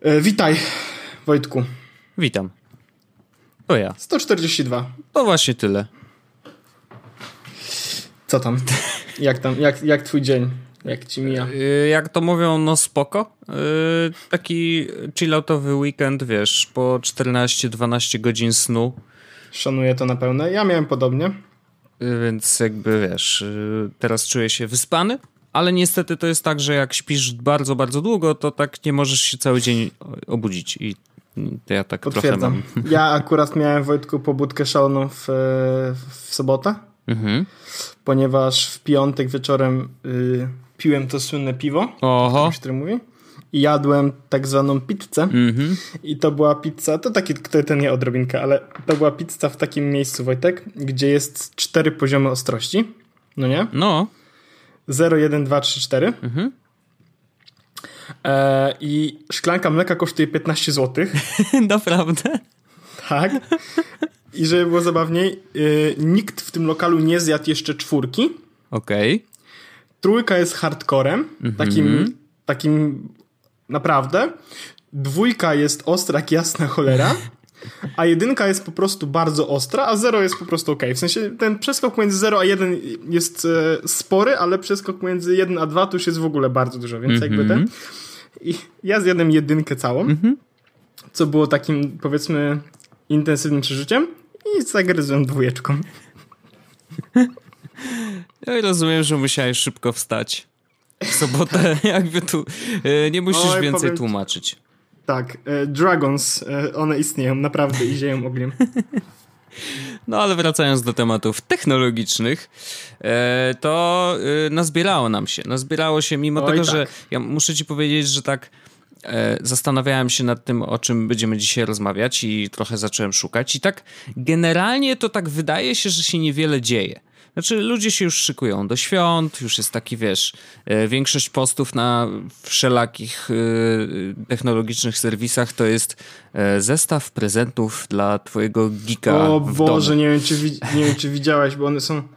Witaj, Wojtku. Witam. To ja. 142. To właśnie tyle. Co tam? Jak twój dzień? Jak ci mija? Jak to mówią, no spoko. Taki chilloutowy weekend, wiesz, po 14-12 godzin snu. Szanuję to na pełne. Ja miałem podobnie. Więc jakby, wiesz, teraz czuję się wyspany, ale niestety to jest tak, że jak śpisz bardzo, bardzo długo, to tak nie możesz się cały dzień obudzić i to ja tak Potwierdzam. trochę mam. Ja akurat miałem, Wojtku, pobudkę szaloną w sobotę, ponieważ w piątek wieczorem piłem to słynne piwo, Oho. który mówi, i jadłem tak zwaną pizzę. I to była pizza, to taki, ten nie odrobinkę, ale to była pizza w takim miejscu, Wojtek, gdzie jest 4 poziomy ostrości. No nie? No. 0, 1, 2, 3, 4. I szklanka mleka kosztuje 15 zł. Naprawdę? Tak. I żeby było zabawniej, nikt w tym lokalu nie zjadł jeszcze 4. Okej. 3 jest hardcorem, takim naprawdę. 2 jest ostra jak jasna cholera, a 1 jest po prostu bardzo ostra, a 0 jest po prostu okej. W sensie ten przeskok między 0 a 1 jest spory, ale przeskok między 1 a 2 to już jest w ogóle bardzo dużo, więc jakby ten... I ja zjadłem 1 całą, co było takim, powiedzmy, intensywnym przeżyciem i zagryzłem 2. Ja rozumiem, że musiałeś szybko wstać. W sobotę jakby tu nie musisz więcej tłumaczyć. Tak, dragons, one istnieją naprawdę i zieją ogniem. No ale wracając do tematów technologicznych, to nazbierało się mimo tego, że ja muszę ci powiedzieć, że tak zastanawiałem się nad tym, o czym będziemy dzisiaj rozmawiać i trochę zacząłem szukać i tak generalnie to tak wydaje się, że się niewiele dzieje. Znaczy ludzie się już szykują do świąt, już jest taki, wiesz, większość postów na wszelakich technologicznych serwisach to jest zestaw prezentów dla twojego geeka o w Boże, domu. nie wiem, czy widziałeś, bo one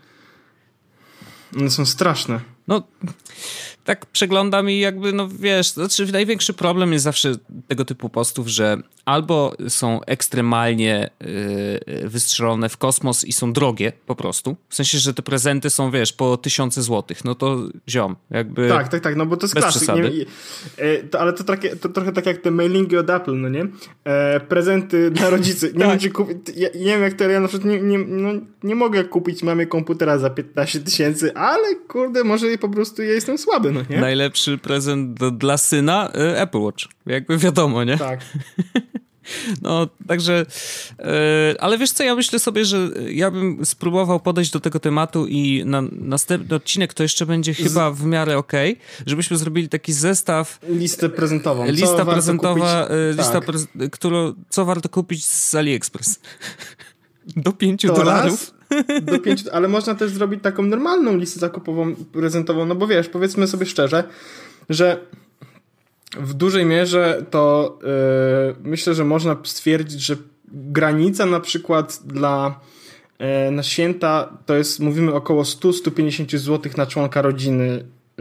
są straszne. No, tak przeglądam i jakby, no wiesz, znaczy największy problem jest zawsze tego typu postów, że albo są ekstremalnie wystrzelone w kosmos i są drogie po prostu. W sensie, że te prezenty są, wiesz, po 1000 złotych. No to ziom, jakby... Tak, no bo to jest klasyk. Ale to trochę tak jak te mailingi od Apple, no nie? Prezenty dla rodziców. Nie wiem, czy ja nie wiem jak to, ja na przykład nie mogę kupić mamie komputera za 15 000, ale kurde, może po prostu ja jestem słaby, no nie? Najlepszy prezent dla syna Apple Watch. Jakby wiadomo, nie? Tak. No, także... ale wiesz co, ja myślę sobie, że ja bym spróbował podejść do tego tematu i na następny odcinek to jeszcze będzie chyba w miarę okej, żebyśmy zrobili taki zestaw... Listę prezentową. Lista prezentowa, co warto kupić z AliExpress. Do $5. Do 5, ale można też zrobić taką normalną listę zakupową, prezentową, no bo wiesz, powiedzmy sobie szczerze, że w dużej mierze to myślę, że można stwierdzić, że granica na przykład na święta to jest, mówimy około 100-150 zł na członka rodziny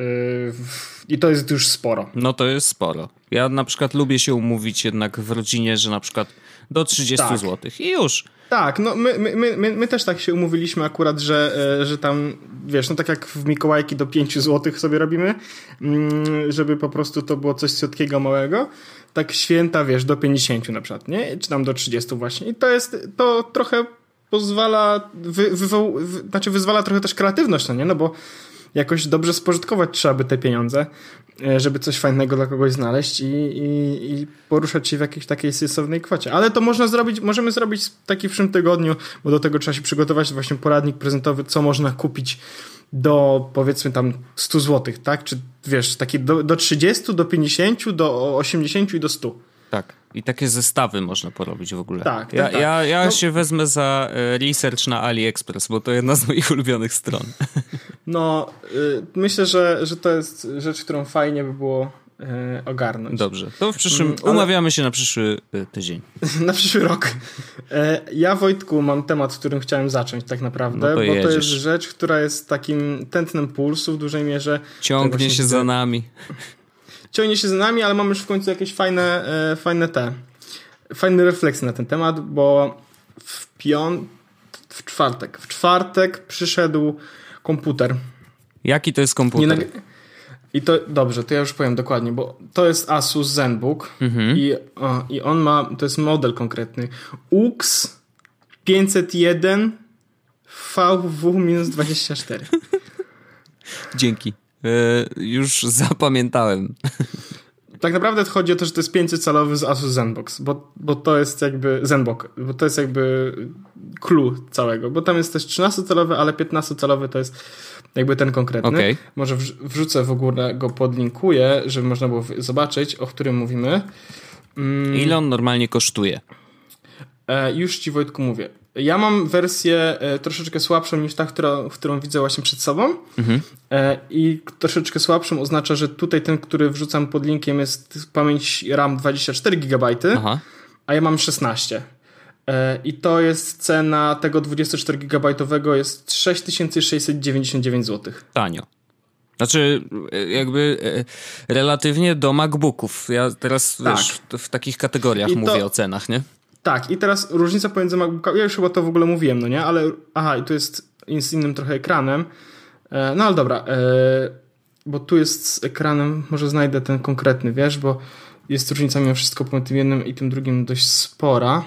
i to jest już sporo. No to jest sporo. Ja na przykład lubię się umówić jednak w rodzinie, że na przykład do 30 zł i już. Tak, no my też tak się umówiliśmy akurat, że tam, wiesz, no tak jak w Mikołajki do 5 zł sobie robimy, żeby po prostu to było coś słodkiego, małego, tak święta, wiesz, do 50 na przykład, nie? Czy tam do 30 właśnie. I to trochę pozwala, wyzwala trochę też kreatywność, no nie? No bo jakoś dobrze spożytkować trzeba by te pieniądze, żeby coś fajnego dla kogoś znaleźć i poruszać się w jakiejś takiej sensownej kwocie. Ale to możemy zrobić taki w przyszłym tygodniu, bo do tego trzeba się przygotować, właśnie poradnik prezentowy, co można kupić do, powiedzmy tam 100 zł, tak? Czy wiesz, taki do 30, do 50, do 80 i do 100. Tak. I takie zestawy można porobić w ogóle. Tak. Ja się wezmę za research na AliExpress, bo to jedna z moich ulubionych stron. No, myślę, że to jest rzecz, którą fajnie by było ogarnąć. Dobrze, to w przyszłym, umawiamy się na przyszły tydzień. Na przyszły rok. Ja, Wojtku, mam temat, w którym chciałem zacząć tak naprawdę, no bo to jest rzecz, która jest takim tętnem pulsu w dużej mierze. Ciągnie się za nami. ciągnie się za nami, ale mam już w końcu jakieś fajne refleksje na ten temat, bo w czwartek przyszedł komputer. Jaki to jest komputer? I to, dobrze, to ja już powiem dokładnie, bo to jest Asus ZenBook i on ma, to jest model konkretny, UX 501 VW-24. Dzięki. Już zapamiętałem. Tak naprawdę chodzi o to, że to jest 500-calowy z Asus ZenBook, bo to jest jakby ZenBook, bo to jest jakby clue całego, bo tam jest też 13-calowy, ale 15-calowy to jest jakby ten konkretny. Okay. Może wrzucę w ogóle, go podlinkuję, żeby można było zobaczyć, o którym mówimy. Ile on normalnie kosztuje? Już ci, Wojtku, mówię. Ja mam wersję troszeczkę słabszą niż ta, którą widzę właśnie przed sobą. I troszeczkę słabszą oznacza, że tutaj ten, który wrzucam pod linkiem, jest pamięć RAM 24 GB, a ja mam 16. I to jest cena tego 24 GB jest 6699 zł. Tanio. Znaczy, jakby relatywnie do MacBooków. Ja teraz wiesz, w takich kategoriach mówię o cenach, nie? Tak, i teraz różnica pomiędzy MacBookami, ja już chyba to w ogóle mówiłem, no nie? Ale, i tu jest z innym trochę ekranem. No ale dobra, bo tu jest z ekranem, może znajdę ten konkretny, wiesz, bo jest różnica mimo wszystko pomiędzy tym jednym i tym drugim dość spora.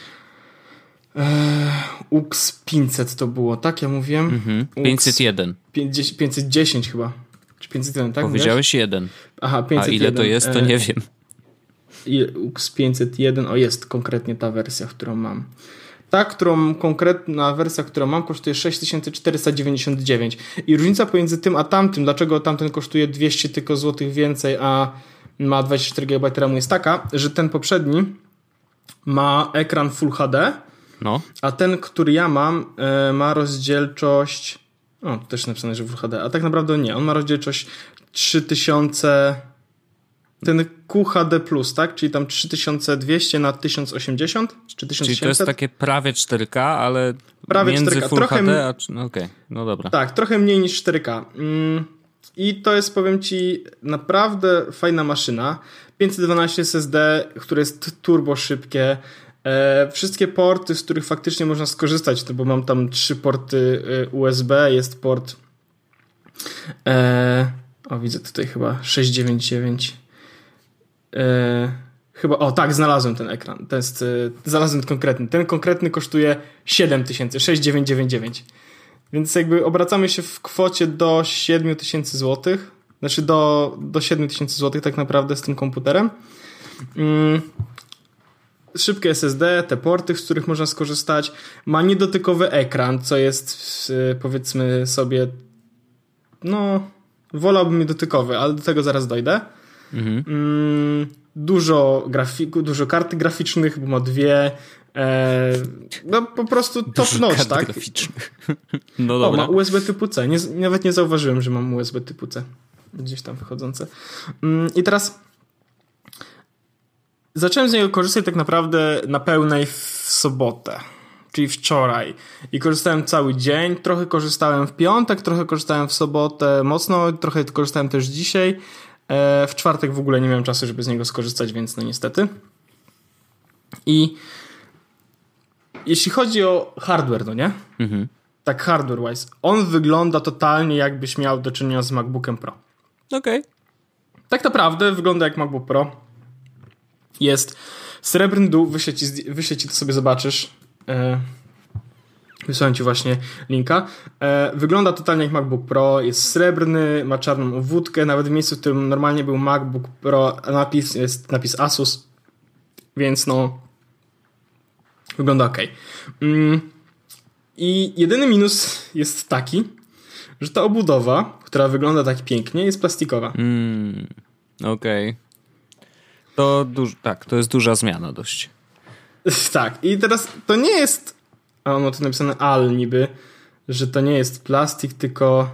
UX 500 to było, tak? Ja mówiłem? 501. 510 chyba. Czy 501, tak? Powiedziałeś 1. Aha, 501. A ile to jest, to nie wiem. UX 501, jest konkretnie ta wersja, którą mam. Ta, konkretna wersja, którą mam, kosztuje 6499. I różnica pomiędzy tym a tamtym, dlaczego tamten kosztuje 200 tylko złotych więcej, a ma 24 GB RAM, jest taka, że ten poprzedni ma ekran Full HD, a ten, który ja mam, ma rozdzielczość... tu też napisane, że Full HD, a tak naprawdę nie. On ma rozdzielczość 3000... Ten QHD+, tak? Czyli tam 3200 na 1080 czy 1700. Czyli to jest takie prawie 4K, ale prawie między 4K. Full HD a... Okej, no dobra. Tak, trochę mniej niż 4K. I to jest, powiem ci, naprawdę fajna maszyna. 512 SSD, które jest turbo szybkie. Wszystkie porty, z których faktycznie można skorzystać, bo mam tam 3 porty USB, jest port widzę tutaj chyba 699. Chyba, tak, znalazłem ten ekran. Znalazłem konkretny. Ten konkretny kosztuje 7000, 6999. Więc jakby obracamy się w kwocie do 7000 zł. Znaczy do 7000 zł tak naprawdę z tym komputerem. Szybkie SSD, te porty, z których można skorzystać. Ma niedotykowy ekran, co jest powiedzmy sobie wolałbym dotykowy, ale do tego zaraz dojdę. Dużo grafiku, dużo karty graficznych, bo ma 2. Po prostu top notch, tak? Graficznych. No dobra. Ma USB typu C. Nawet nie zauważyłem, że mam USB typu C. Gdzieś tam wychodzące. I teraz zacząłem z niego korzystać tak naprawdę na pełnej w sobotę. Czyli wczoraj. I korzystałem cały dzień. Trochę korzystałem w piątek, trochę korzystałem w sobotę mocno, trochę korzystałem też dzisiaj. W czwartek w ogóle nie miałem czasu, żeby z niego skorzystać, więc niestety. I jeśli chodzi o hardware, nie? Tak hardware-wise. On wygląda totalnie jakbyś miał do czynienia z MacBookiem Pro. Okej. Tak naprawdę wygląda jak MacBook Pro. Jest srebrny dół, wyślę ci to sobie zobaczysz. Wysłałem ci właśnie linka. Wygląda totalnie jak MacBook Pro, jest srebrny, ma czarną obwódkę, nawet w miejscu, w którym normalnie był MacBook Pro jest napis Asus, więc wygląda ok. I jedyny minus jest taki, że ta obudowa, która wygląda tak pięknie, jest plastikowa. Okej. To jest duża zmiana dość. Tak, i teraz to nie jest... tu napisane AL niby, że to nie jest plastik, tylko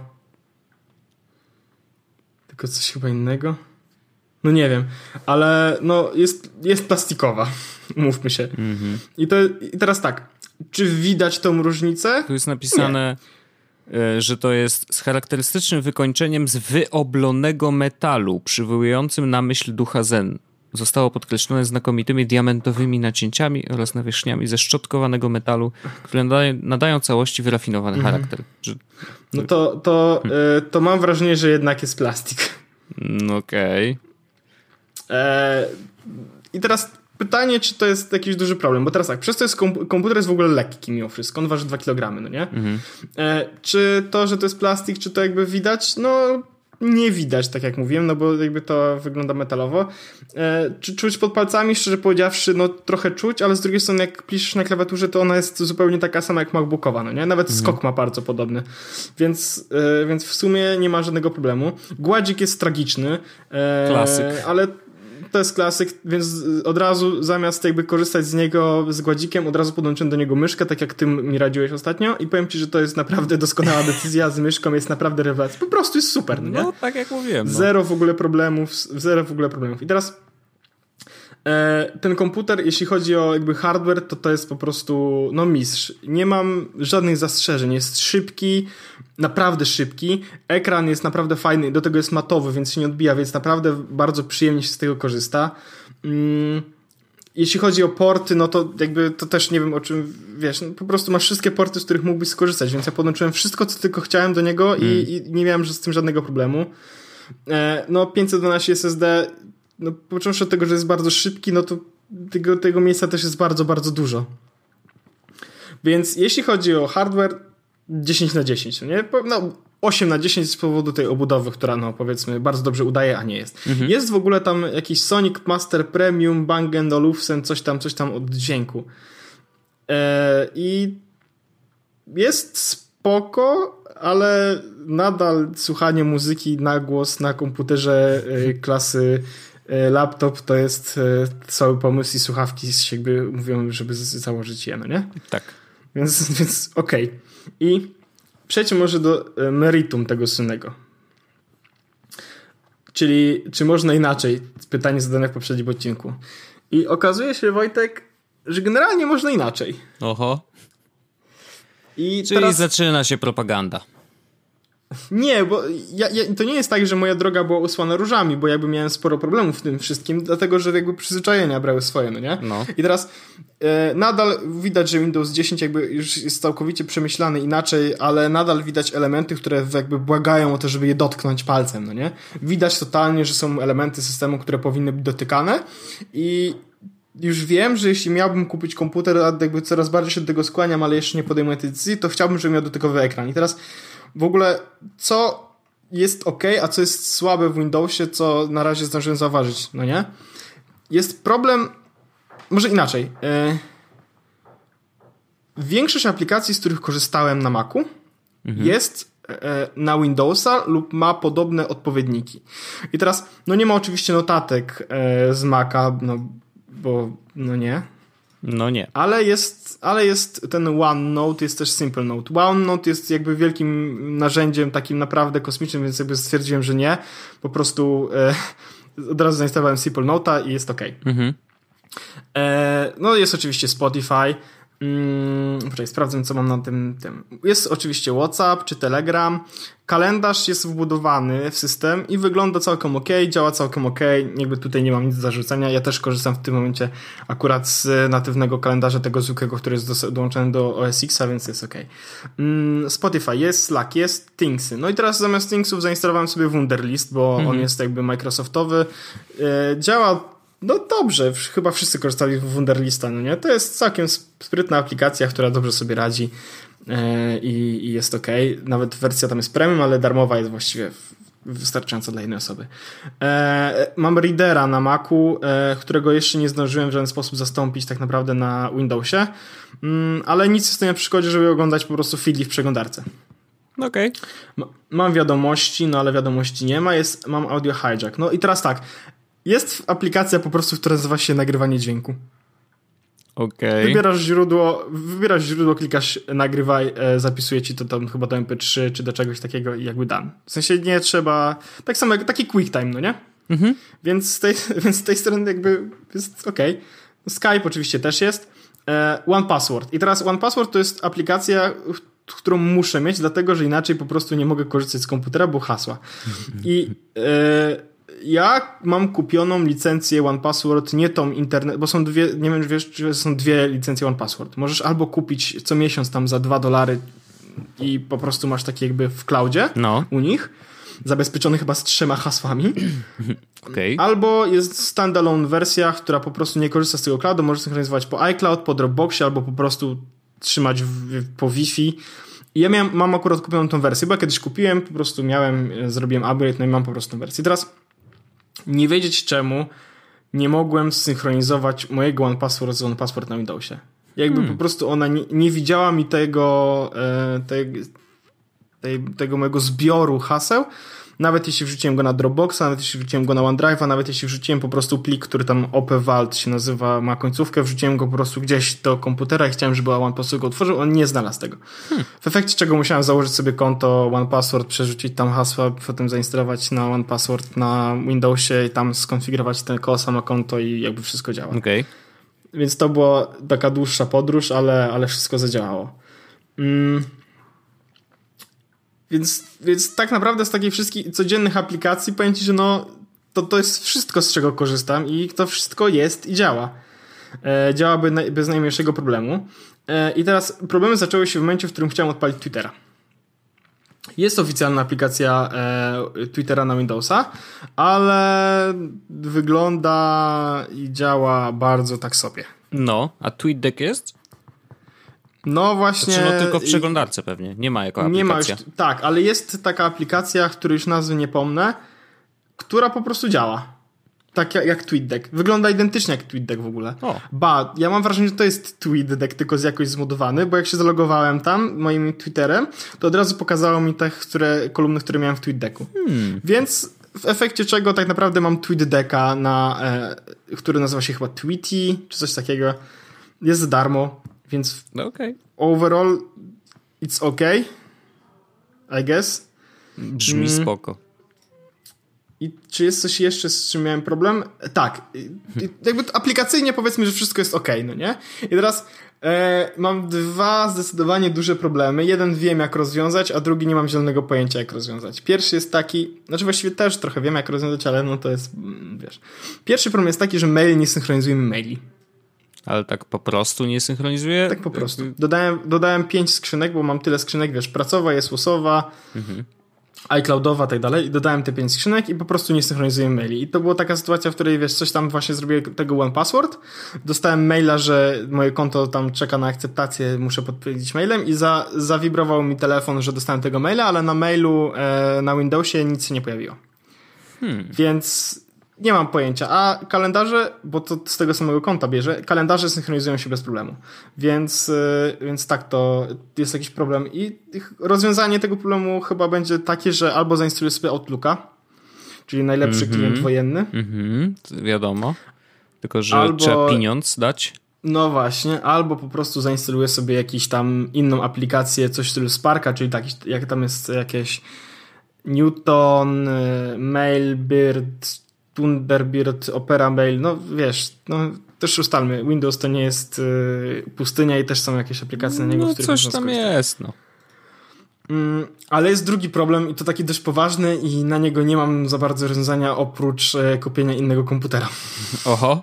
coś chyba innego. Nie wiem, ale jest plastikowa, umówmy się. I teraz tak, czy widać tą różnicę? Tu jest napisane że to jest z charakterystycznym wykończeniem z wyoblonego metalu, przywołującym na myśl ducha Zen. Zostało podkreślone znakomitymi diamentowymi nacięciami oraz nawierzchniami ze szczotkowanego metalu, które nadają całości wyrafinowany charakter. No to mam wrażenie, że jednak jest plastik. Okej. I teraz pytanie, czy to jest jakiś duży problem, bo teraz tak, przez to jest komputer jest w ogóle lekki mimo wszystko, on waży 2 kg, no nie? Czy to, że to jest plastik, czy to jakby widać? No nie widać, tak jak mówiłem, no bo jakby to wygląda metalowo. Czy czuć pod palcami? Szczerze powiedziawszy, no trochę czuć, ale z drugiej strony jak piszesz na klawiaturze, to ona jest zupełnie taka sama jak MacBookowa, no nie? Nawet skok ma bardzo podobny. Więc w sumie nie ma żadnego problemu. Gładzik jest tragiczny. Klasyk. Ale to jest klasyk, więc od razu zamiast jakby korzystać z niego z gładzikiem, od razu podłączyłem do niego myszkę, tak jak ty mi radziłeś ostatnio i powiem ci, że to jest naprawdę doskonała decyzja, z myszką jest naprawdę rewelacja. Po prostu jest super, no nie? No, tak jak mówiłem. No. Zero w ogóle problemów. I teraz ten komputer, jeśli chodzi o jakby hardware, to jest po prostu no mistrz. Nie mam żadnych zastrzeżeń. Jest szybki, naprawdę szybki. Ekran jest naprawdę fajny, do tego jest matowy, więc się nie odbija, więc naprawdę bardzo przyjemnie się z tego korzysta. Jeśli chodzi o porty, no to jakby to też nie wiem o czym, wiesz, no po prostu masz wszystkie porty, z których mógłbyś skorzystać, więc ja podłączyłem wszystko, co tylko chciałem do niego i nie miałem z tym żadnego problemu. No 512 SSD, no począwszy od tego, że jest bardzo szybki, no to tego miejsca też jest bardzo, bardzo dużo. Więc jeśli chodzi o hardware, 10/10, nie? No 8/10 z powodu tej obudowy, która no powiedzmy bardzo dobrze udaje, a nie jest. Jest w ogóle tam jakiś Sonic Master Premium, Bang & Olufsen, coś tam od dźwięku. I jest spoko, ale nadal słuchanie muzyki na głos na komputerze klasy laptop to jest cały pomysł i słuchawki jakby mówią, żeby założyć je, no nie? Tak. Więc okej. I przejdźmy może do meritum tego synnego. Czyli czy można inaczej? Pytanie zadane w poprzednim odcinku. I okazuje się, Wojtek, że generalnie można inaczej. Oho. I czyli teraz zaczyna się propaganda. Nie, bo to nie jest tak, że moja droga była usłana różami, bo jakby miałem sporo problemów w tym wszystkim, dlatego, że jakby przyzwyczajenia brały swoje, no nie? No. I teraz nadal widać, że Windows 10 jakby już jest całkowicie przemyślany inaczej, ale nadal widać elementy, które jakby błagają o to, żeby je dotknąć palcem, no nie? Widać totalnie, że są elementy systemu, które powinny być dotykane i już wiem, że jeśli miałbym kupić komputer, a jakby coraz bardziej się do tego skłaniam, ale jeszcze nie podejmuję tej decyzji, to chciałbym, żeby miał dotykowy ekran. I teraz w ogóle co jest ok, a co jest słabe w Windowsie, co na razie zdążyłem zauważyć, no nie? Jest problem, może inaczej. Większość aplikacji, z których korzystałem na Macu, jest na Windowsa lub ma podobne odpowiedniki. I teraz, no nie ma oczywiście notatek z Maca, no bo no nie. No nie. Ale jest ten OneNote, jest też Simple Note. OneNote jest jakby wielkim narzędziem takim naprawdę kosmicznym, więc jakby stwierdziłem, że nie. Po prostu od razu zainstalowałem Simple Note'a i jest okej. No jest oczywiście Spotify. Poczekaj, sprawdzę, co mam na tym. Jest oczywiście WhatsApp czy Telegram. Kalendarz jest wbudowany w system i wygląda całkiem ok, działa całkiem ok. Jakby tutaj nie mam nic do zarzucenia. Ja też korzystam w tym momencie akurat z natywnego kalendarza, tego zwykłego, który jest dołączony do OS X-a, więc jest ok. Spotify jest, Slack jest, Thingsy. No i teraz zamiast Thingsów zainstalowałem sobie Wunderlist, bo on jest jakby Microsoftowy. Działa no dobrze, chyba wszyscy korzystali z Wunderlista, no nie? To jest całkiem sprytna aplikacja, która dobrze sobie radzi i jest ok. Nawet wersja tam jest premium, ale darmowa jest właściwie wystarczająca dla jednej osoby. Mam Readera na Macu, którego jeszcze nie zdążyłem w żaden sposób zastąpić tak naprawdę na Windowsie, ale nic jest to nie przeszkodzi, żeby oglądać po prostu feedli w przeglądarce. Okej. Mam wiadomości, no ale wiadomości nie ma. Mam Audio Hijack. No i teraz tak, jest aplikacja po prostu, która nazywa się nagrywanie dźwięku. Okej. Wybierasz źródło, klikasz nagrywaj, zapisuje ci to tam chyba do MP3 czy do czegoś takiego i jakby done. W sensie nie trzeba, tak samo jak taki QuickTime, no nie? Więc z tej strony jakby jest okej. Skype oczywiście też jest. OnePassword. I teraz OnePassword to jest aplikacja, którą muszę mieć, dlatego, że inaczej po prostu nie mogę korzystać z komputera, bo hasła. I ja mam kupioną licencję OnePassword, nie tą internet, bo są dwie, nie wiem, wiesz, czy są dwie licencje OnePassword. Możesz albo kupić co miesiąc tam za $2 i po prostu masz takie jakby w cloudzie u nich, zabezpieczony chyba z 3 hasłami. Okay. Albo jest standalone wersja, która po prostu nie korzysta z tego cloudu, możesz synchronizować po iCloud, po Dropboxie, albo po prostu trzymać po Wi-Fi. I ja mam akurat kupioną tą wersję, bo ja kiedyś kupiłem, po prostu zrobiłem upgrade, no i mam po prostu tą wersję. Teraz nie wiedzieć czemu nie mogłem synchronizować mojego OnePassword z OnePassword na Windowsie. Jakby po prostu ona nie widziała mi tego mojego zbioru haseł, nawet jeśli wrzuciłem go na Dropboxa, nawet jeśli wrzuciłem go na OneDrive'a, nawet jeśli wrzuciłem po prostu plik, który tam OP-Vault się nazywa, ma końcówkę, wrzuciłem go po prostu gdzieś do komputera i chciałem, żeby OnePassword go otworzył, on nie znalazł tego. W efekcie czego musiałem założyć sobie konto OnePassword, przerzucić tam hasła, potem zainstalować na OnePassword na Windowsie i tam skonfigurować to samo konto i jakby wszystko działa. Okay. Więc to była taka dłuższa podróż, ale wszystko zadziałało. Więc tak naprawdę z takich wszystkich codziennych aplikacji powiem ci, że to jest wszystko, z czego korzystam i to wszystko jest i działa. Działa bez najmniejszego problemu. I teraz problemy zaczęły się w momencie, w którym chciałem odpalić Twittera. Jest oficjalna aplikacja Twittera na Windowsa, ale wygląda i działa bardzo tak sobie. No, a TweetDeck jest? No właśnie. Znaczy, tylko w przeglądarce pewnie. Nie ma jako aplikacja. Nie ma już, tak, ale jest taka aplikacja, której już nazwy nie pomnę, która po prostu działa. Tak jak TweetDeck. Wygląda identycznie jak TweetDeck w ogóle. Ja mam wrażenie, że to jest TweetDeck, tylko jakoś zmodowany, bo jak się zalogowałem tam moim Twitterem, to od razu pokazało mi te kolumny, które miałem w TweetDecku. Więc w efekcie czego tak naprawdę mam TweetDecka, który nazywa się chyba Tweety, czy coś takiego. Jest za darmo. Więc overall it's okay, I guess. Brzmi spoko. I czy jest coś jeszcze, z czym miałem problem? Tak. Jakby aplikacyjnie powiedzmy, że wszystko jest okay, no nie? I teraz mam 2 zdecydowanie duże problemy. Jeden wiem jak rozwiązać, a drugi nie mam zielonego pojęcia jak rozwiązać. Pierwszy jest taki, znaczy właściwie też trochę wiem jak rozwiązać, ale to jest, wiesz. Pierwszy problem jest taki, że nie synchronizujemy maili. Ale tak po prostu nie synchronizuje? Tak po prostu. Dodałem 5 skrzynek, bo mam tyle skrzynek, wiesz, pracowa, jest losowa, iCloudowa, tak dalej. I dodałem te 5 skrzynek i po prostu nie synchronizuję maili. I to była taka sytuacja, w której, wiesz, coś tam właśnie zrobiłem tego OnePassword. Dostałem maila, że moje konto tam czeka na akceptację, muszę podpowiedzieć mailem i zawibrował mi telefon, że dostałem tego maila, ale na mailu na Windowsie nic się nie pojawiło. Więc nie mam pojęcia. A kalendarze, bo to z tego samego konta bierze, kalendarze synchronizują się bez problemu. Więc tak, to jest jakiś problem. I rozwiązanie tego problemu chyba będzie takie, że albo zainstaluję sobie Outlooka, czyli najlepszy klient wojenny. Wiadomo. Tylko, że trzeba pieniądz dać. No właśnie, albo po prostu zainstaluję sobie jakąś tam inną aplikację, coś w stylu Sparka, czyli tak, jak tam jest jakieś Newton, Mailbird, Thunderbird, Opera Mail, no wiesz, też ustalmy, Windows to nie jest pustynia i też są jakieś aplikacje na niego, w których coś tam skorzystać. Jest, ale jest drugi problem i to taki dość poważny i na niego nie mam za bardzo rozwiązania oprócz kupienia innego komputera. Oho.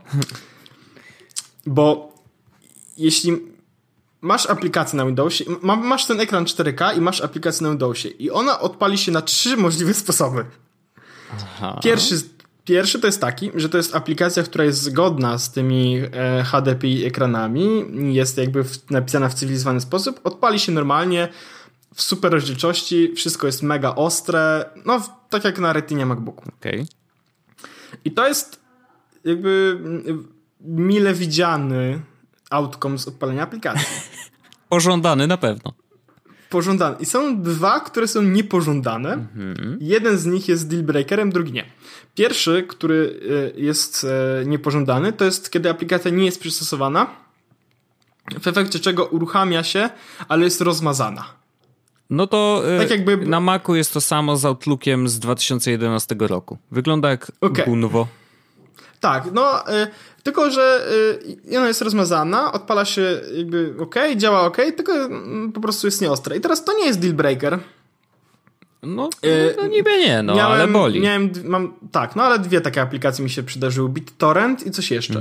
Bo jeśli masz aplikację na Windowsie, masz ten ekran 4K i masz aplikację na Windowsie i ona odpali się na 3 możliwe sposoby. Aha. Pierwszy to jest taki, że to jest aplikacja, która jest zgodna z tymi HDPI ekranami, jest jakby napisana w cywilizowany sposób, odpali się normalnie, w super rozdzielczości, wszystko jest mega ostre, tak jak na Retinie MacBooku. Okay. I to jest jakby mile widziany outcome z odpalenia aplikacji. Pożądany na pewno. Pożądane. I są 2, które są niepożądane. Jeden z nich jest deal breakerem, drugi nie. Pierwszy, który jest niepożądany, to jest kiedy aplikacja nie jest przystosowana, w efekcie czego uruchamia się, ale jest rozmazana. No to tak jakby na Macu jest to samo z Outlookiem z 2011 roku. Wygląda jak gunwo. Tak, no tylko, że ona jest rozmazana, odpala się jakby działa tylko po prostu jest nieostre. I teraz to nie jest deal breaker. No niby nie, ale boli. Ale dwie takie aplikacje mi się przydarzyły. BitTorrent i coś jeszcze.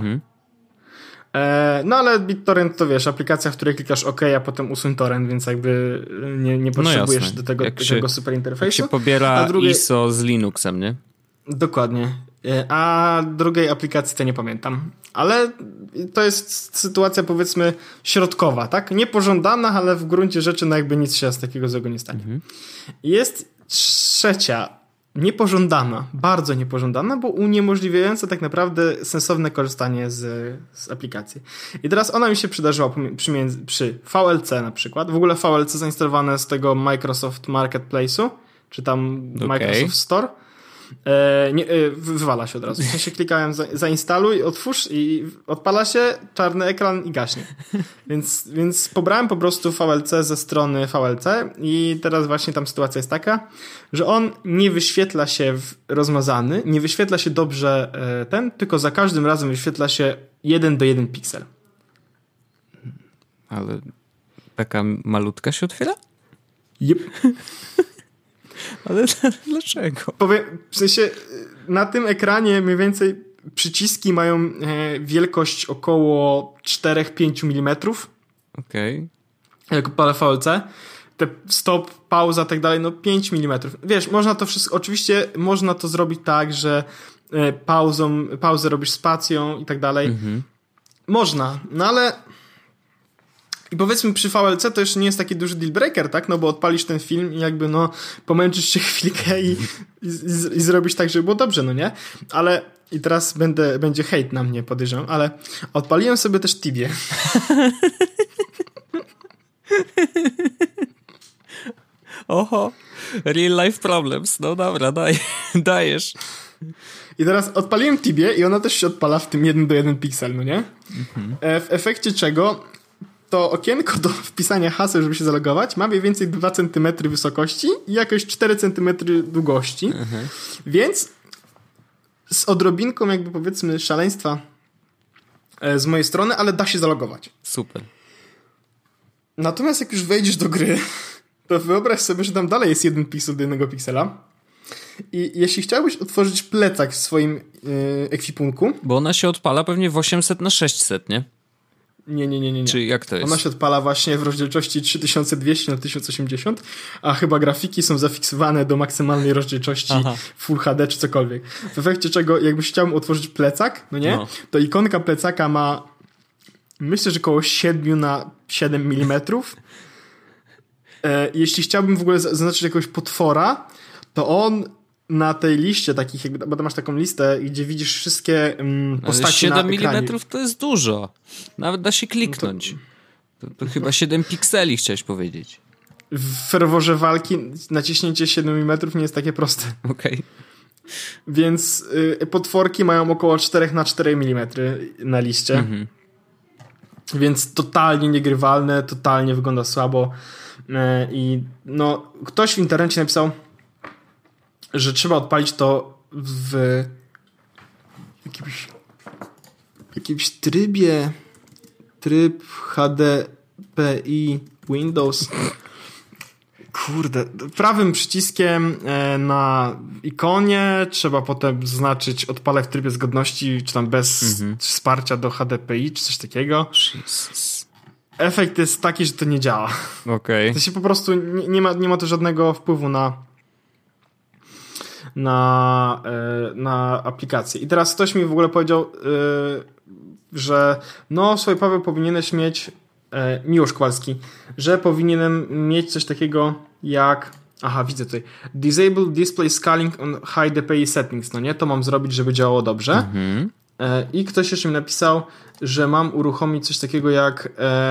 No ale BitTorrent to wiesz, aplikacja, w której klikasz OK, a potem usuń torrent, więc jakby nie potrzebujesz do tego super interfejsu. Jak się pobiera ISO z Linuxem, nie? Dokładnie. A drugiej aplikacji to nie pamiętam. Ale to jest sytuacja powiedzmy środkowa, tak? Niepożądana, ale w gruncie rzeczy jakby nic się z takiego złego nie stanie. Jest trzecia, niepożądana, bardzo niepożądana, bo uniemożliwiająca tak naprawdę sensowne korzystanie z aplikacji. I teraz ona mi się przydarzyła przy VLC na przykład. W ogóle VLC zainstalowane z tego Microsoft Marketplace'u, czy tam Microsoft Store. Wywala się od razu. W sensie klikałem zainstaluj, otwórz i odpala się, czarny ekran i gaśnie. Więc pobrałem po prostu VLC ze strony VLC i teraz właśnie tam sytuacja jest taka, że on nie wyświetla się rozmazany, nie wyświetla się dobrze tylko za każdym razem wyświetla się 1:1 piksel. Ale taka malutka się otwiera? Yep. Ale dlaczego? W sensie na tym ekranie mniej więcej przyciski mają wielkość około 4-5 mm. Okej. Jak odpalę VLC. Te stop, pauza, tak dalej, 5 mm. Wiesz, można to wszystko, oczywiście można to zrobić tak, że pauzę robisz spacją i tak dalej. Można, no ale i powiedzmy przy VLC to jeszcze nie jest taki duży deal breaker, tak? No bo odpalisz ten film i jakby pomęczysz się chwilkę i zrobisz tak, żeby było dobrze, no nie? Ale i teraz będzie hejt na mnie, podejrzewam, ale odpaliłem sobie też Tibię. Oho, real life problems. No dobra, dajesz. I teraz odpaliłem Tibię i ona też się odpala w tym 1:1 piksel, no nie? W efekcie czego to okienko do wpisania haseł, żeby się zalogować, ma mniej więcej 2 cm wysokości i jakoś 4 cm długości. Więc z odrobinką jakby powiedzmy szaleństwa z mojej strony, ale da się zalogować. Super. Natomiast jak już wejdziesz do gry, to wyobraź sobie, że tam dalej jest 1 piksel do 1 piksela. I jeśli chciałbyś otworzyć plecak w swoim ekwipunku... Bo ona się odpala pewnie w 800x600, nie? Nie. Czy jak to jest? Ona się odpala właśnie w rozdzielczości 3200x1080, a chyba grafiki są zafiksowane do maksymalnej rozdzielczości Full HD czy cokolwiek. W efekcie czego, jakbyś chciał otworzyć plecak, no nie? To ikonka plecaka ma myślę, że około 7x7 mm. Jeśli chciałbym w ogóle zaznaczyć jakiegoś potwora, to on na tej liście takich, bo masz taką listę, gdzie widzisz wszystkie postacie na ekranie. 7 mm to jest dużo. Nawet da się kliknąć. To chyba 7 pikseli chciałeś powiedzieć. W ferworze walki naciśnięcie 7 mm nie jest takie proste. Okej. Więc potworki mają około 4x4 mm na liście. Więc totalnie niegrywalne, totalnie wygląda słabo. I ktoś w internecie napisał, że trzeba odpalić to w jakimś trybie, tryb HDPI Windows. Kurde, prawym przyciskiem na ikonie trzeba potem zaznaczyć odpalę w trybie zgodności, czy tam bez wsparcia do HDPI, czy coś takiego. Jesus. Efekt jest taki, że to nie działa. Okej. To się po prostu nie ma to żadnego wpływu na aplikację. I teraz ktoś mi w ogóle powiedział, że słuchaj Paweł, powinieneś mieć Miłosz Kowalski, że powinienem mieć coś takiego jak widzę tutaj Disable Display Scaling on High DPI Settings, no nie? To mam zrobić, żeby działało dobrze. I ktoś jeszcze mi napisał, że mam uruchomić coś takiego jak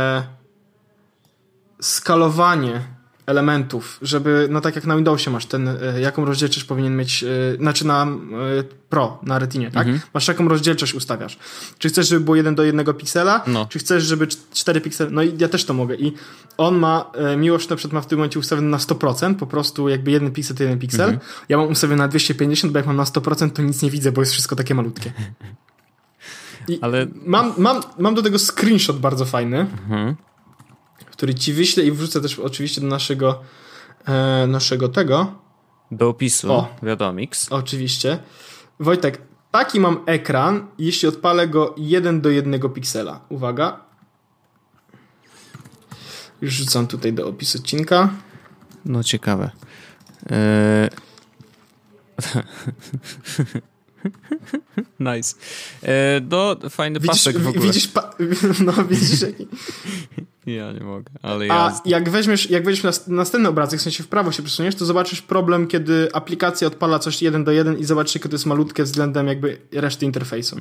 skalowanie elementów, żeby, tak jak na Windowsie masz jaką rozdzielczość powinien mieć, znaczy na Pro, na Retinie, tak? Masz jaką rozdzielczość ustawiasz. Czy chcesz, żeby było 1:1 piksela? Czy chcesz, żeby 4 piksele? No i ja też to mogę. I on ma, Miłosz na przykład ma w tym momencie ustawiony na 100%, po prostu jakby 1 piksel to 1 piksel. Ja mam ustawiony na 250, bo jak mam na 100%, to nic nie widzę, bo jest wszystko takie malutkie. Ale... Mam do tego screenshot bardzo fajny, który ci wyślę i wrzucę też oczywiście do naszego tego. Do opisu, wiadomix. Oczywiście. Wojtek, taki mam ekran, jeśli odpalę go 1:1 piksela. Uwaga. Już rzucam tutaj do opisu odcinka. No ciekawe. Nice. Fajny pasek w ogóle. Widzisz jaki... Ja nie mogę, ale jak weźmiesz następny obrazek, w sensie w prawo się przesuniesz, to zobaczysz problem, kiedy aplikacja odpala coś 1:1 i zobaczysz, jakie to jest malutkie względem jakby reszty interfejsu.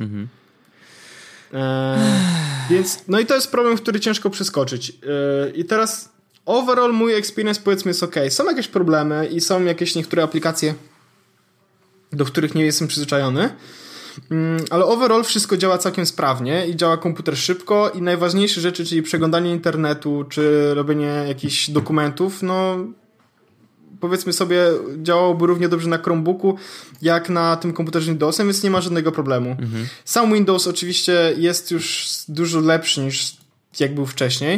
Więc, no i to jest problem, który ciężko przeskoczyć. I teraz overall mój experience, powiedzmy, jest ok. Są jakieś problemy i są jakieś niektóre aplikacje, do których nie jestem przyzwyczajony, ale overall wszystko działa całkiem sprawnie i działa komputer szybko i najważniejsze rzeczy, czyli przeglądanie internetu czy robienie jakichś dokumentów, no powiedzmy sobie, działałoby równie dobrze na Chromebooku jak na tym komputerze Windowsem, więc nie ma żadnego problemu. Sam Windows oczywiście jest już dużo lepszy niż jak był wcześniej,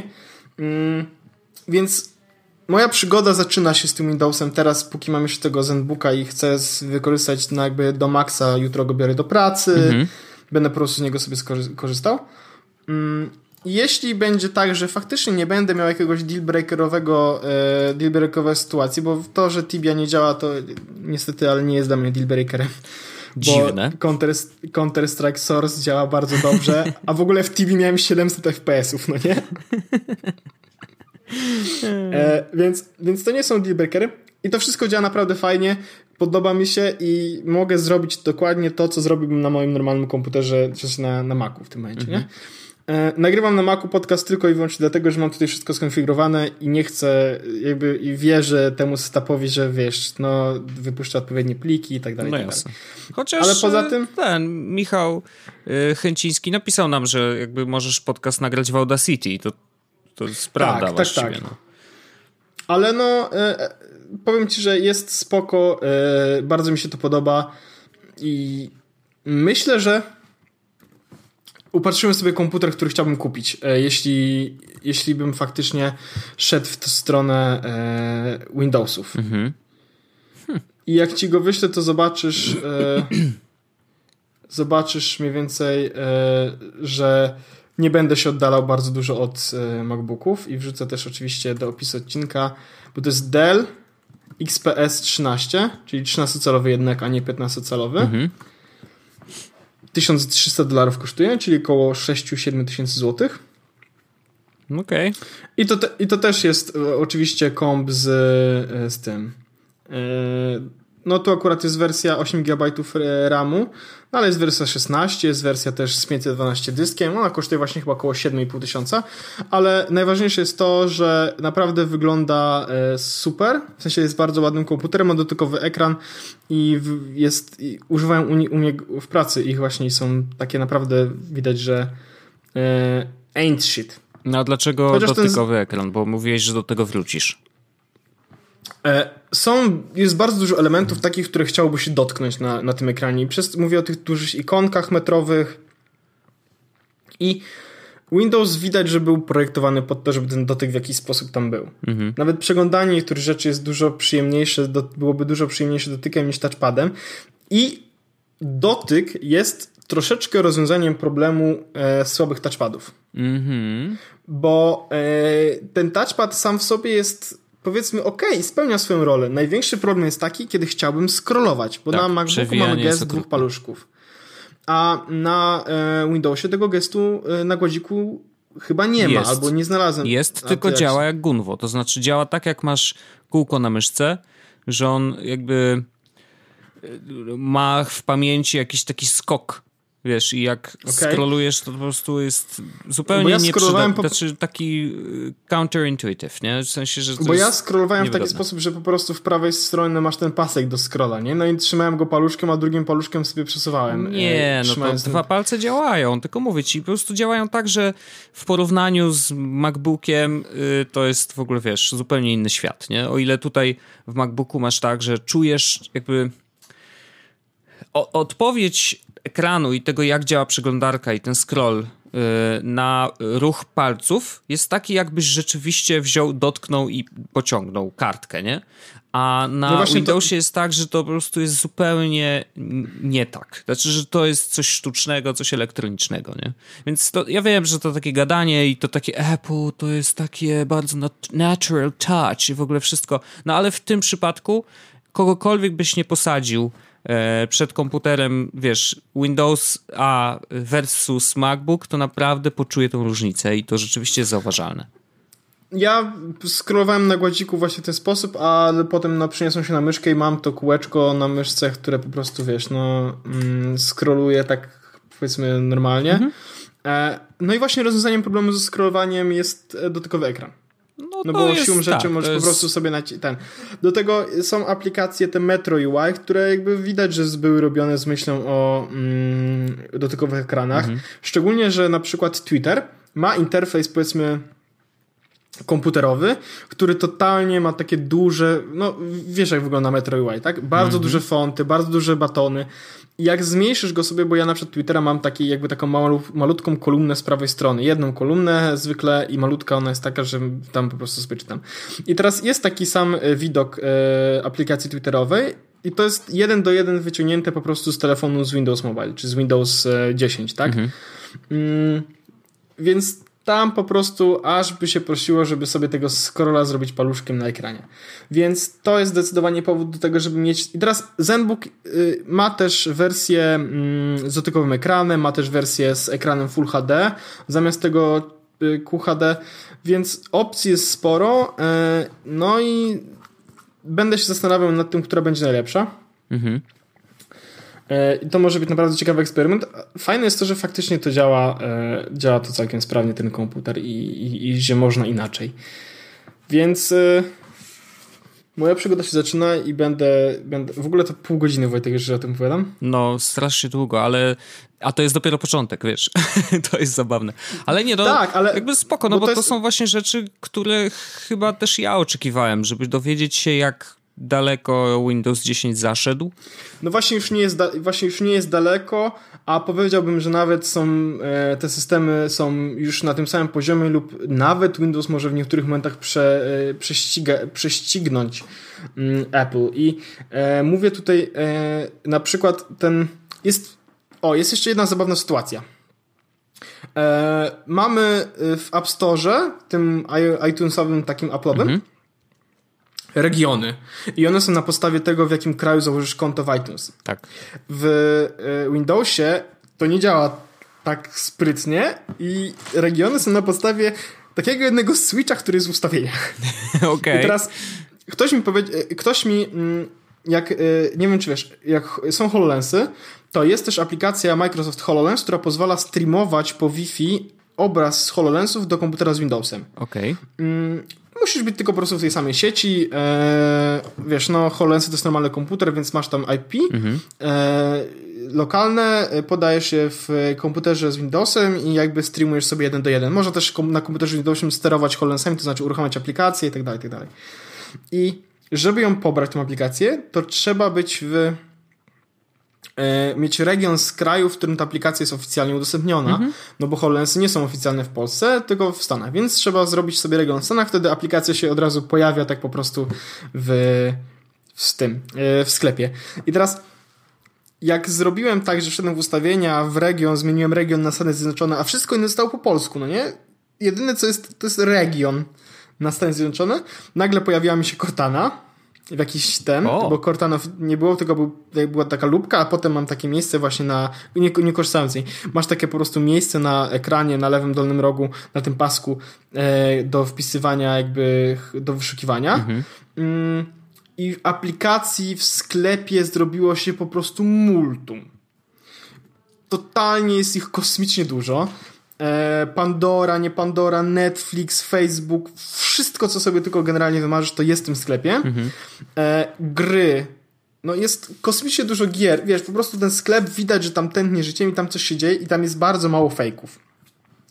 więc moja przygoda zaczyna się z tym Windowsem teraz, póki mam jeszcze tego ZenBooka i chcę wykorzystać jakby do maksa, jutro go biorę do pracy, będę po prostu z niego sobie korzystał. Jeśli będzie tak, że faktycznie nie będę miał jakiegoś dealbreakerowej sytuacji, bo to, że Tibia nie działa, to niestety, ale nie jest dla mnie dealbreakerem. Dziwne. Bo Counter-Strike Source działa bardzo dobrze, a w ogóle w Tibii miałem 700 FPS-ów, no nie? Więc to nie są dealbreakery i to wszystko działa naprawdę fajnie, podoba mi się i mogę zrobić dokładnie to, co zrobiłbym na moim normalnym komputerze, czy na Macu w tym momencie, nie? Nagrywam na Macu podcast tylko i wyłącznie dlatego, że mam tutaj wszystko skonfigurowane i nie chcę jakby i wierzę temu setupowi, że wiesz, no wypuszcza odpowiednie pliki i tak dalej. No tak jasne. dalej. Chociaż ale poza tym Michał Chęciński napisał nam, że jakby możesz podcast nagrać w Audacity, to jest prawda właściwie. Tak. No. Ale no powiem ci, że jest spoko, bardzo mi się to podoba i myślę, że upatrzyłem sobie komputer, który chciałbym kupić, jeśli bym faktycznie szedł w tę stronę Windowsów. I jak ci go wyślę, to zobaczysz mniej więcej, że nie będę się oddalał bardzo dużo od MacBooków i wrzucę też oczywiście do opisu odcinka, bo to jest Dell XPS 13, czyli 13-calowy jednak, a nie 15-calowy. $1300 kosztuje, czyli około 6-7 tysięcy złotych. Okej. I to też jest oczywiście komp z tym. No tu akurat jest wersja 8 GB RAMu, no ale jest wersja 16, jest wersja też z 512 dyskiem, ona kosztuje właśnie chyba około 7,5 tysiąca, ale najważniejsze jest to, że naprawdę wygląda super, w sensie jest bardzo ładnym komputerem, ma dotykowy ekran i używają u mnie w pracy ich właśnie są takie naprawdę widać, że ain't shit. No a dlaczego chociaż dotykowy ekran? Bo mówiłeś, że do tego wrócisz. Jest bardzo dużo elementów takich, które chciałoby się dotknąć na tym ekranie. Mówię o tych dużych ikonkach metrowych i Windows widać, że był projektowany pod to, żeby ten dotyk w jakiś sposób tam był. Nawet przeglądanie niektórych rzeczy jest dużo przyjemniejsze, byłoby dużo przyjemniejsze dotykiem niż touchpadem i dotyk jest troszeczkę rozwiązaniem problemu słabych touchpadów. Bo ten touchpad sam w sobie jest powiedzmy spełnia swoją rolę. Największy problem jest taki, kiedy chciałbym scrollować, bo na MacBooku mamy gest 2 paluszków. A na Windowsie tego gestu na gładziku chyba nie ma, albo nie znalazłem. Jest, tylko działa jak Gunwo. To znaczy działa tak, jak masz kółko na myszce, że on jakby ma w pamięci jakiś taki skok. Wiesz, i jak scrollujesz, to po prostu jest zupełnie znaczy taki counterintuitive, nie? W sensie, że bo ja scrollowałem w taki sposób, że po prostu w prawej stronie masz ten pasek do scrolla, nie? No i trzymałem go paluszkiem, a drugim paluszkiem sobie przesuwałem. Nie, no to dwa palce działają, tylko mówię ci, po prostu działają tak, że w porównaniu z MacBookiem to jest w ogóle, wiesz, zupełnie inny świat, nie? O ile tutaj w MacBooku masz tak, że czujesz jakby odpowiedź ekranu i tego, jak działa przeglądarka i ten scroll na ruch palców jest taki, jakbyś rzeczywiście dotknął i pociągnął kartkę, nie? A na Windowsie jest tak, że to po prostu jest zupełnie nie tak. Znaczy, że to jest coś sztucznego, coś elektronicznego, nie? Więc ja wiem, że to takie gadanie i to takie Apple, to jest takie bardzo natural touch i w ogóle wszystko. No ale w tym przypadku kogokolwiek byś nie posadził przed komputerem, wiesz, Windows A versus MacBook, to naprawdę poczuje tą różnicę i to rzeczywiście jest zauważalne. Ja scrollowałem na gładziku właśnie w ten sposób, ale potem przeniosłem się na myszkę i mam to kółeczko na myszce, które po prostu, wiesz, scrolluję tak, powiedzmy, normalnie. No i właśnie rozwiązaniem problemu ze scrollowaniem jest dotykowy ekran. No bo siłą rzeczy możesz po prostu sobie Do tego są aplikacje, te Metro UI, które jakby widać, że były robione z myślą o dotykowych ekranach. Szczególnie, że na przykład Twitter ma interfejs, powiedzmy, komputerowy, który totalnie ma takie duże, no wiesz jak wygląda Metro UI, tak? Bardzo duże fonty, bardzo duże batony. I jak zmniejszysz go sobie, bo ja na przykład Twittera mam taką malutką kolumnę z prawej strony. Jedną kolumnę zwykle i malutka ona jest taka, że tam po prostu sobie czytam. I teraz jest taki sam widok aplikacji twitterowej i to jest 1:1 wyciągnięte po prostu z telefonu z Windows Mobile, czy z Windows 10, tak? Więc tam po prostu aż by się prosiło, żeby sobie tego scrolla zrobić paluszkiem na ekranie. Więc to jest zdecydowanie powód do tego, żeby mieć... I teraz ZenBook ma też wersję z dotykowym ekranem, ma też wersję z ekranem Full HD, zamiast tego QHD, więc opcji jest sporo. No i będę się zastanawiał nad tym, która będzie najlepsza. I to może być naprawdę ciekawy eksperyment. Fajne jest to, że faktycznie to działa to całkiem sprawnie, ten komputer i że można inaczej. Więc moja przygoda się zaczyna i będę w ogóle to pół godziny, Wojtek, że o tym opowiadam. No, strasznie długo, a to jest dopiero początek, wiesz. To jest zabawne. Ale nie, tak, ale jakby spoko, no bo to są właśnie rzeczy, które chyba też ja oczekiwałem, żeby dowiedzieć się, jak daleko Windows 10 zaszedł? No właśnie już nie jest daleko, a powiedziałbym, że nawet te systemy są już na tym samym poziomie lub nawet Windows może w niektórych momentach prześcignąć Apple. I mówię tutaj na przykład jest jeszcze jedna zabawna sytuacja. Mamy w App Store, tym iTunesowym, takim Apple'owym, regiony. I one są na podstawie tego, w jakim kraju założysz konto w iTunes. Tak. W Windowsie to nie działa tak sprytnie i regiony są na podstawie takiego jednego switcha, który jest w ustawieniach. Okay. I teraz nie wiem czy wiesz, jak są HoloLensy, to jest też aplikacja Microsoft HoloLens, która pozwala streamować po Wi-Fi obraz z HoloLensów do komputera z Windowsem. Okej. Musisz być tylko po prostu w tej samej sieci. Wiesz, HoloLensy to jest normalny komputer, więc masz tam IP lokalne, podajesz je w komputerze z Windowsem i jakby streamujesz sobie 1:1. Można też na komputerze z Windowsem sterować HoloLensami, to znaczy uruchamiać aplikacje i tak dalej, i tak dalej. I żeby ją pobrać, tą aplikację, to trzeba mieć region z kraju, w którym ta aplikacja jest oficjalnie udostępniona, no bo HoloLensy nie są oficjalne w Polsce, tylko w Stanach, więc trzeba zrobić sobie region w Stanach, wtedy aplikacja się od razu pojawia tak po prostu w sklepie. I teraz jak zrobiłem tak, że wszedłem w ustawienia, w region, zmieniłem region na Stany Zjednoczone, a wszystko inne zostało po polsku, no nie? Jedyne co jest, to jest region na Stany Zjednoczone. Nagle pojawiła mi się Cortana, w jakiś bo Cortana nie było, tylko była taka lupka, a potem mam takie miejsce właśnie nie korzystałem z niej. Masz takie po prostu miejsce na ekranie, na lewym dolnym rogu, na tym pasku do wpisywania jakby, do wyszukiwania. I w aplikacji w sklepie zrobiło się po prostu multum. Totalnie jest ich kosmicznie dużo. Pandora, nie Pandora, Netflix, Facebook, wszystko co sobie tylko generalnie wymarzysz, to jest w tym sklepie. Gry, jest kosmicznie dużo gier, wiesz, po prostu ten sklep widać, że tam tętnie życiem i tam coś się dzieje i tam jest bardzo mało fejków.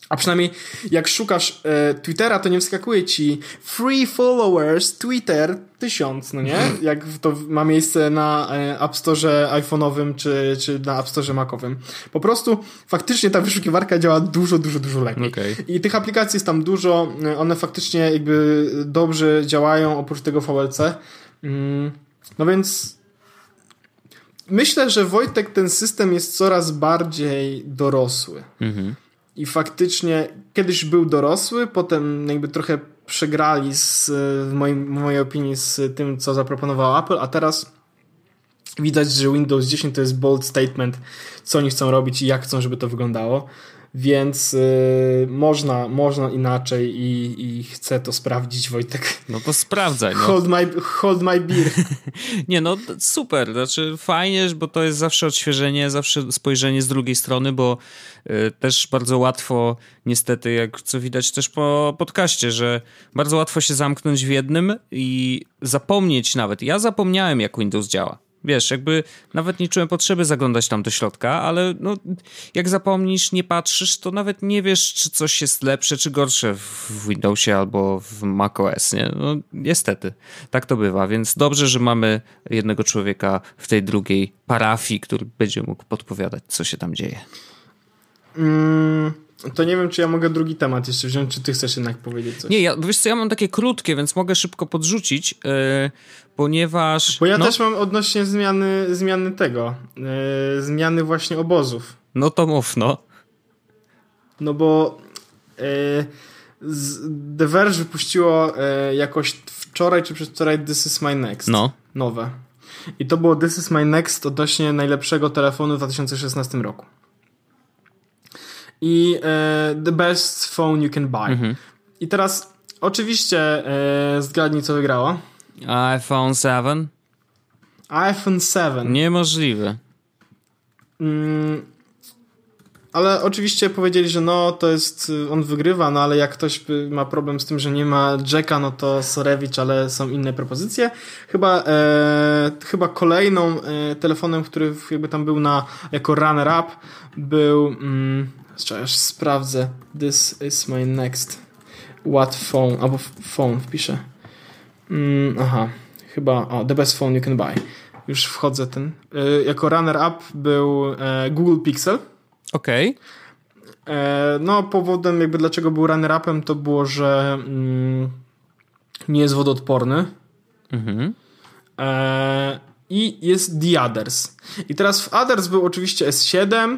A przynajmniej jak szukasz Twittera, to nie wskakuje ci free followers, Twitter 1000, no nie? Jak to ma miejsce na App Store iPhone'owym czy na App Store Macowym. Po prostu faktycznie ta wyszukiwarka działa dużo lepiej. Okay. I tych aplikacji jest tam dużo, one faktycznie jakby dobrze działają oprócz tego VLC. No więc myślę, że Wojtek, ten system jest coraz bardziej dorosły. I faktycznie kiedyś był dorosły, potem jakby trochę przegrali w mojej opinii z tym, co zaproponował Apple, a teraz widać, że Windows 10 to jest bold statement, co oni chcą robić i jak chcą, żeby to wyglądało. Więc można inaczej i chcę to sprawdzić, Wojtek. No to sprawdzaj. No. Hold my beer. Nie, no super. Znaczy fajnie, bo to jest zawsze odświeżenie, zawsze spojrzenie z drugiej strony, bo też bardzo łatwo, niestety, jak co widać też po podcaście, że bardzo łatwo się zamknąć w jednym i zapomnieć nawet. Ja zapomniałem, jak Windows działa. Wiesz, jakby nawet nie czułem potrzeby zaglądać tam do środka, ale no, jak zapomnisz, nie patrzysz, to nawet nie wiesz, czy coś jest lepsze, czy gorsze w Windowsie albo w macOS, nie? No, niestety, tak to bywa, więc dobrze, że mamy jednego człowieka w tej drugiej parafii, który będzie mógł podpowiadać, co się tam dzieje. To nie wiem, czy ja mogę drugi temat jeszcze wziąć, czy ty chcesz jednak powiedzieć coś? Nie, wiesz co, ja mam takie krótkie, więc mogę szybko podrzucić, ponieważ... Bo ja też mam odnośnie zmiany tego, zmiany właśnie obozów. No to mów, no. No bo The Verge wypuściło jakoś wczoraj czy przedwczoraj This Is My Next. No. Nowe. I to było This Is My Next odnośnie najlepszego telefonu w 2016 roku. I the best phone you can buy. I teraz oczywiście zgadnij, co wygrało. iPhone 7? iPhone 7. Niemożliwe. Ale oczywiście powiedzieli, że no to jest, on wygrywa, no ale jak ktoś ma problem z tym, że nie ma jacka, no to sorewicz, ale są inne propozycje. Chyba kolejną telefonem, który jakby tam był jako runner-up był aż sprawdzę. This is my next what phone, albo phone wpiszę. Chyba the best phone you can buy. Już wchodzę ten. Jako runner-up był Google Pixel. Okej. No powodem jakby dlaczego był runner-upem to było, że nie jest wodoodporny. I jest The Others. I teraz w Others był oczywiście S7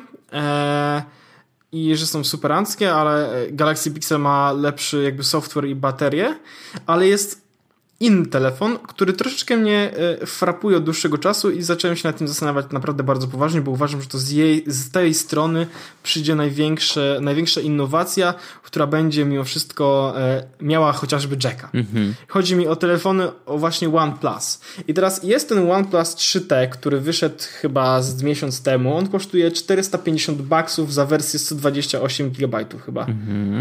i że są superanckie, ale Galaxy Pixel ma lepszy jakby software i baterię, ale jest inny telefon, który troszeczkę mnie frapuje od dłuższego czasu i zacząłem się nad tym zastanawiać naprawdę bardzo poważnie, bo uważam, że to z tej strony przyjdzie największa innowacja, która będzie mimo wszystko miała chociażby jacka. Chodzi mi o telefony właśnie OnePlus. I teraz jest ten OnePlus 3T, który wyszedł chyba z miesiąc temu. On kosztuje $450 za wersję 128 GB chyba.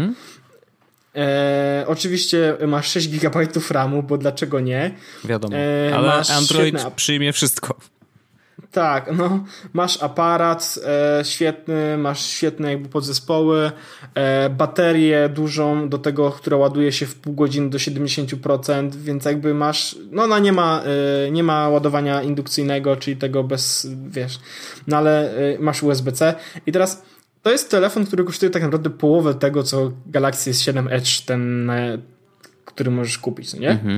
Oczywiście masz 6 GB RAMu, bo dlaczego nie? Wiadomo, ale Android przyjmie wszystko. Tak, no. Masz aparat świetny, masz świetne jakby podzespoły, baterię dużą do tego, która ładuje się w pół godziny do 70%, więc jakby masz, no ona nie ma ładowania indukcyjnego, czyli tego bez, wiesz, no ale masz USB-C i teraz to jest telefon, który kosztuje tak naprawdę połowę tego, co Galaxy S7 Edge, ten, który możesz kupić, no nie?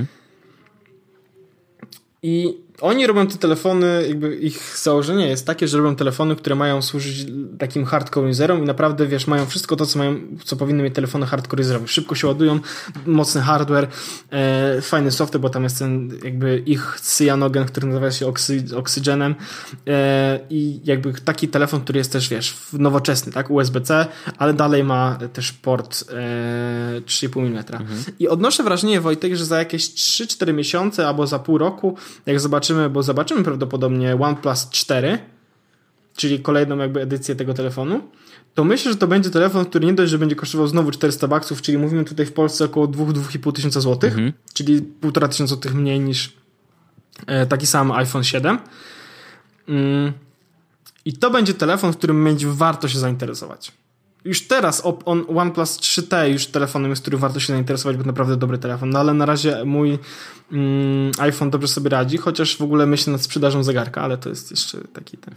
I oni robią te telefony, jakby ich założenie jest takie, że robią telefony, które mają służyć takim hardcore userom i naprawdę, wiesz, mają wszystko to, co powinny mieć telefony hardcore userowe. Szybko się ładują, mocny hardware, fajny software, bo tam jest ten jakby ich cyanogen, który nazywa się Oxygenem i jakby taki telefon, który jest też, wiesz, nowoczesny, tak, USB-C, ale dalej ma też port 3,5 mm. I odnoszę wrażenie, Wojtek, że za jakieś 3-4 miesiące albo za pół roku, jak zobaczymy prawdopodobnie OnePlus 4, czyli kolejną jakby edycję tego telefonu, to myślę, że to będzie telefon, który nie dość, że będzie kosztował znowu $400, czyli mówimy tutaj w Polsce około 2-2,5 tysiąca złotych, czyli 1,5 tysiąca złotych mniej niż taki sam iPhone 7. I to będzie telefon, w którym będzie warto się zainteresować. już teraz OnePlus 3T już telefonem jest, którym warto się zainteresować, bo naprawdę dobry telefon, no ale na razie mój iPhone dobrze sobie radzi, chociaż w ogóle myślę nad sprzedażą zegarka, ale to jest jeszcze taki ten...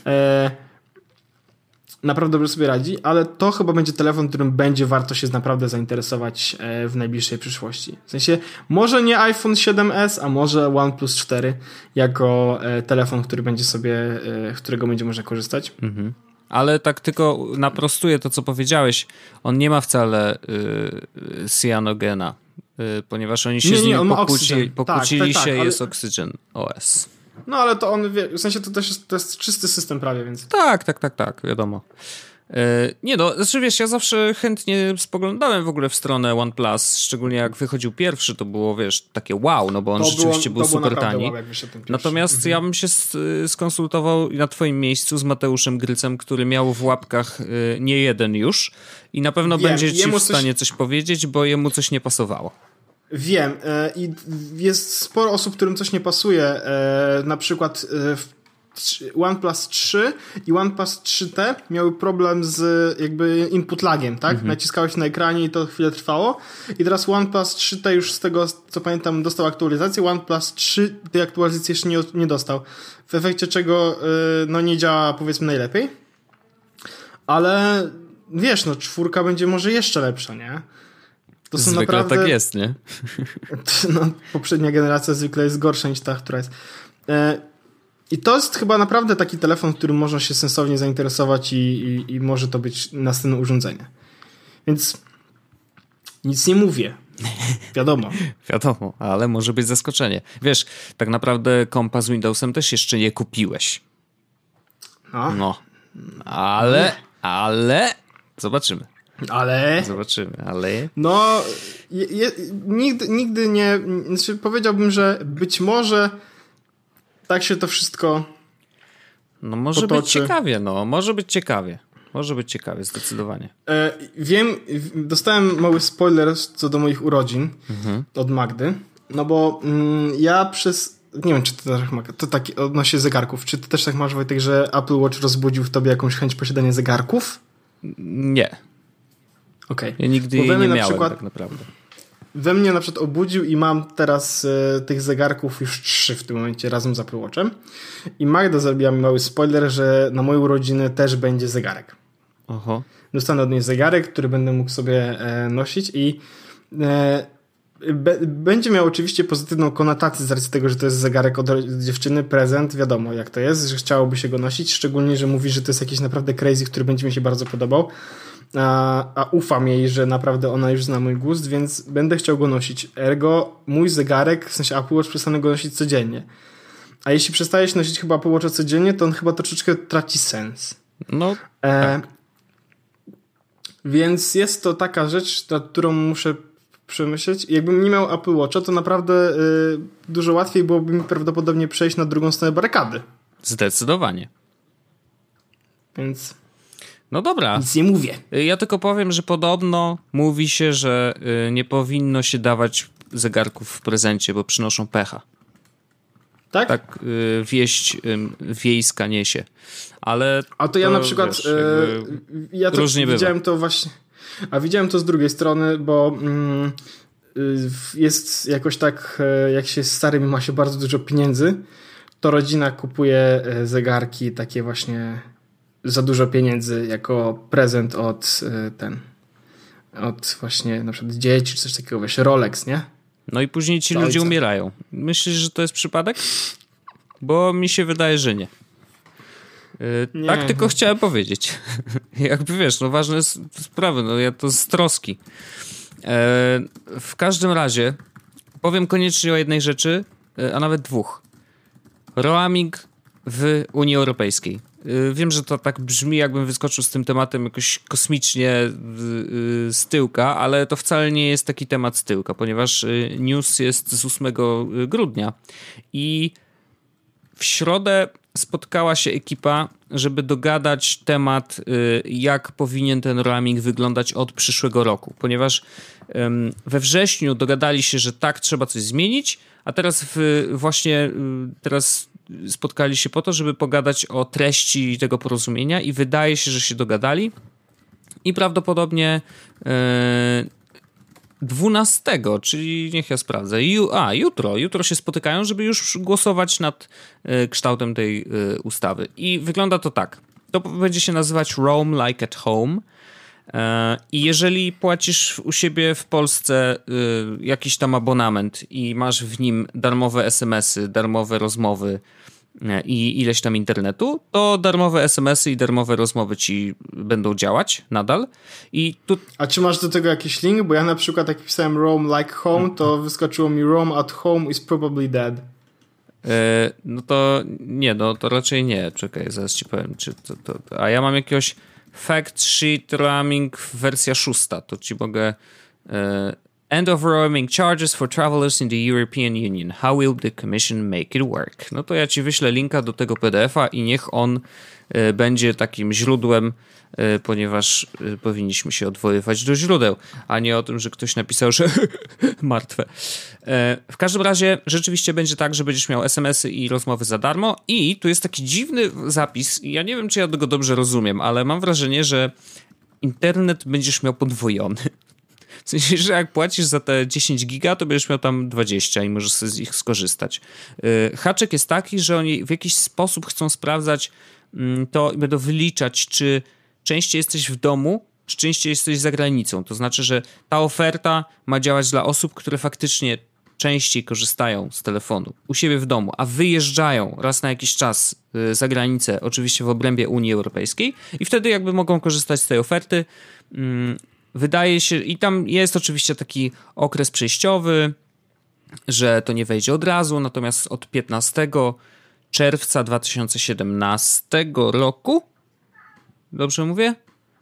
naprawdę dobrze sobie radzi, ale to chyba będzie telefon, którym będzie warto się naprawdę zainteresować w najbliższej przyszłości. W sensie, może nie iPhone 7s, a może OnePlus 4 jako telefon, który będzie sobie, z którego będzie można korzystać. Mhm. Ale tak tylko naprostuję to, co powiedziałeś. On nie ma wcale cyanogena, ponieważ oni się z nim pokłócili się, ale... jest Oxygen OS. No ale to on, w sensie to też to jest czysty system prawie, więc... Tak, wiadomo. Nie no, znaczy wiesz, ja zawsze chętnie spoglądałem w ogóle w stronę OnePlus, szczególnie jak wychodził pierwszy, to było, wiesz, takie wow, no bo on rzeczywiście był super tani. Wow, natomiast ja bym się skonsultował na twoim miejscu z Mateuszem Grycem, który miał w łapkach nie jeden już i na pewno będzie ci w stanie coś powiedzieć, bo jemu coś nie pasowało. Wiem i jest sporo osób, którym coś nie pasuje, na przykład OnePlus 3 i OnePlus 3T miały problem z jakby input lagiem, tak? Naciskałeś na ekranie i to chwilę trwało i teraz OnePlus 3T już z tego, co pamiętam, dostał aktualizację, OnePlus 3 tej aktualizacji jeszcze nie dostał, w efekcie czego no nie działa, powiedzmy, najlepiej, ale wiesz, no 4 będzie może jeszcze lepsza, nie? To są zwykle naprawdę... tak jest, nie? No, poprzednia generacja zwykle jest gorsza niż ta, która jest. I to jest chyba naprawdę taki telefon, którym można się sensownie zainteresować i może to być następne urządzenie. Więc nic nie mówię. Wiadomo. Wiadomo, ale może być zaskoczenie. Wiesz, tak naprawdę kompa z Windowsem też jeszcze nie kupiłeś. No. Ale zobaczymy. Zobaczymy, ale... No, nigdy nie... Znaczy powiedziałbym, że być może tak się to wszystko no może potoczy. Być ciekawie, no. Może być ciekawie. Może być ciekawie, zdecydowanie. Wiem, dostałem mały spoiler co do moich urodzin od Magdy, no bo ja przez... Nie wiem, czy ty też masz... To tak odnośnie zegarków. Czy ty też tak masz, Wojtek, że Apple Watch rozbudził w tobie jakąś chęć posiadania zegarków? Nie. Okay. Ja nigdy jej nie miałem tak naprawdę. We mnie na przykład obudził i mam teraz tych zegarków już 3 w tym momencie razem z Apple Watchem. I Magda zrobiła mi mały spoiler, że na moje urodziny też będzie zegarek. Oho. Dostanę od niej zegarek, który będę mógł sobie nosić i będzie miał oczywiście pozytywną konotację z racji tego, że to jest zegarek od dziewczyny, prezent, wiadomo jak to jest, że chciałoby się go nosić, szczególnie, że mówi, że to jest jakiś naprawdę crazy, który będzie mi się bardzo podobał. A ufam jej, że naprawdę ona już zna mój gust, więc będę chciał go nosić. Ergo mój zegarek, w sensie Apple Watch, przestanę go nosić codziennie. A jeśli przestajesz nosić chyba Apple Watcha codziennie, to on chyba troszeczkę traci sens. No, tak. Więc jest to taka rzecz, nad którą muszę przemyśleć. Jakbym nie miał Apple Watcha, to naprawdę dużo łatwiej byłoby mi prawdopodobnie przejść na drugą stronę barykady. Zdecydowanie. Więc... No dobra. Nic nie mówię. Ja tylko powiem, że podobno mówi się, że nie powinno się dawać zegarków w prezencie, bo przynoszą pecha. Tak? Tak wieść wiejska niesie. Ale a to ja na przykład wiesz, ja to różnie widziałem bywa. To właśnie, a widziałem to z drugiej strony, bo jest jakoś tak, jak się z starym ma się bardzo dużo pieniędzy, to rodzina kupuje zegarki takie właśnie za dużo pieniędzy jako prezent od właśnie na przykład dzieci czy coś takiego, wiesz, Rolex, nie? No i później ci ludzie umierają. Myślisz, że to jest przypadek? Bo mi się wydaje, że nie. Tak tylko chciałem powiedzieć. Jakby wiesz, no ważne sprawy, no ja to z troski. W każdym razie powiem koniecznie o jednej rzeczy, a nawet dwóch. Roaming w Unii Europejskiej. Wiem, że to tak brzmi, jakbym wyskoczył z tym tematem jakoś kosmicznie z tyłka, ale to wcale nie jest taki temat z tyłka, ponieważ news jest z 8 grudnia i w środę spotkała się ekipa, żeby dogadać temat, jak powinien ten roaming wyglądać od przyszłego roku, ponieważ we wrześniu dogadali się, że tak, trzeba coś zmienić, a teraz teraz spotkali się po to, żeby pogadać o treści tego porozumienia i wydaje się, że się dogadali I prawdopodobnie 12, czyli niech ja sprawdzę. Jutro się spotykają, żeby już głosować nad kształtem tej ustawy. I wygląda to tak. To będzie się nazywać Roam Like at Home. I jeżeli płacisz u siebie w Polsce jakiś tam abonament i masz w nim darmowe SMS-y, darmowe rozmowy i ileś tam internetu, to darmowe SMS-y i darmowe rozmowy ci będą działać nadal. A czy masz do tego jakiś link? Bo ja na przykład jak pisałem Roam Like Home, to wyskoczyło mi Roam at Home is probably dead. No to nie, no to raczej nie. Czekaj, zaraz ci powiem. A ja mam jakiegoś fact sheet roaming wersja 6. To ci mogę... End of roaming charges for travelers in the European Union. How will the Commission make it work? No to ja ci wyślę linka do tego PDF-a i niech on będzie takim źródłem, ponieważ powinniśmy się odwoływać do źródeł, a nie o tym, że ktoś napisał, że martwe. W każdym razie rzeczywiście będzie tak, że będziesz miał SMS-y i rozmowy za darmo i tu jest taki dziwny zapis i ja nie wiem, czy ja go dobrze rozumiem, ale mam wrażenie, że internet będziesz miał podwojony. W sensie, że jak płacisz za te 10 giga, to będziesz miał tam 20 i możesz sobie z nich skorzystać. Haczek jest taki, że oni w jakiś sposób chcą sprawdzać to i będą wyliczać, czy częściej jesteś w domu, czy częściej jesteś za granicą. To znaczy, że ta oferta ma działać dla osób, które faktycznie częściej korzystają z telefonu u siebie w domu, a wyjeżdżają raz na jakiś czas za granicę, oczywiście w obrębie Unii Europejskiej i wtedy jakby mogą korzystać z tej oferty. Wydaje się, i tam jest oczywiście taki okres przejściowy, że to nie wejdzie od razu, natomiast od 15 czerwca 2017 roku, dobrze mówię?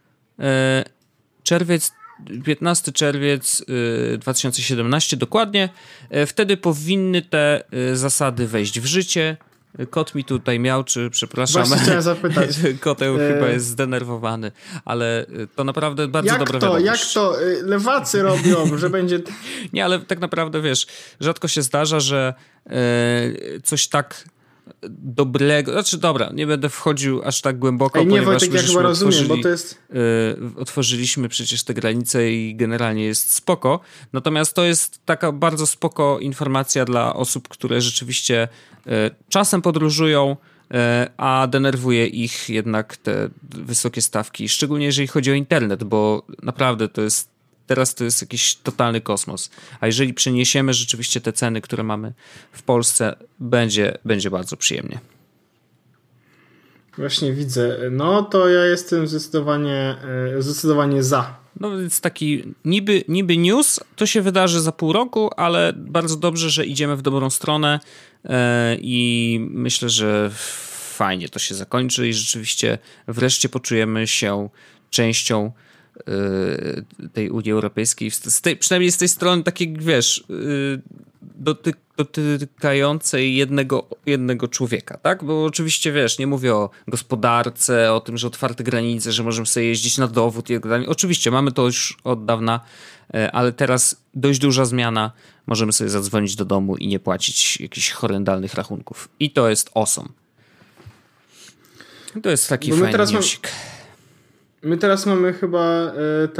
15 czerwiec 2017 dokładnie, wtedy powinny te zasady wejść w życie. Kot mi tutaj miałczy, przepraszam. Właśnie chciałem zapytać. Koteł chyba jest zdenerwowany, ale to naprawdę bardzo dobra wiadomość. Jak to lewacy robią, że będzie... Nie, ale tak naprawdę, wiesz, rzadko się zdarza, że coś tak dobrego... Znaczy, dobra, nie będę wchodził aż tak głęboko, nie, Wojtek, ja chyba rozumiem, bo to jest... Otworzyliśmy przecież te granice i generalnie jest spoko. Natomiast to jest taka bardzo spoko informacja dla osób, które rzeczywiście czasem podróżują, a denerwuje ich jednak te wysokie stawki. Szczególnie jeżeli chodzi o internet, bo naprawdę teraz to jest jakiś totalny kosmos. A jeżeli przeniesiemy rzeczywiście te ceny, które mamy w Polsce, będzie bardzo przyjemnie. Właśnie widzę. No to ja jestem zdecydowanie za. No więc taki niby news, to się wydarzy za pół roku, ale bardzo dobrze, że idziemy w dobrą stronę i myślę, że fajnie to się zakończy i rzeczywiście wreszcie poczujemy się częścią tej Unii Europejskiej, przynajmniej z tej strony takiej, wiesz, dotykającej jednego człowieka, tak? Bo oczywiście, wiesz, nie mówię o gospodarce, o tym, że otwarte granice, że możemy sobie jeździć na dowód i tak dalej. Oczywiście, mamy to już od dawna, ale teraz dość duża zmiana. Możemy sobie zadzwonić do domu i nie płacić jakichś horrendalnych rachunków. I to jest awesome. To jest taki fajny newsik. My teraz mamy chyba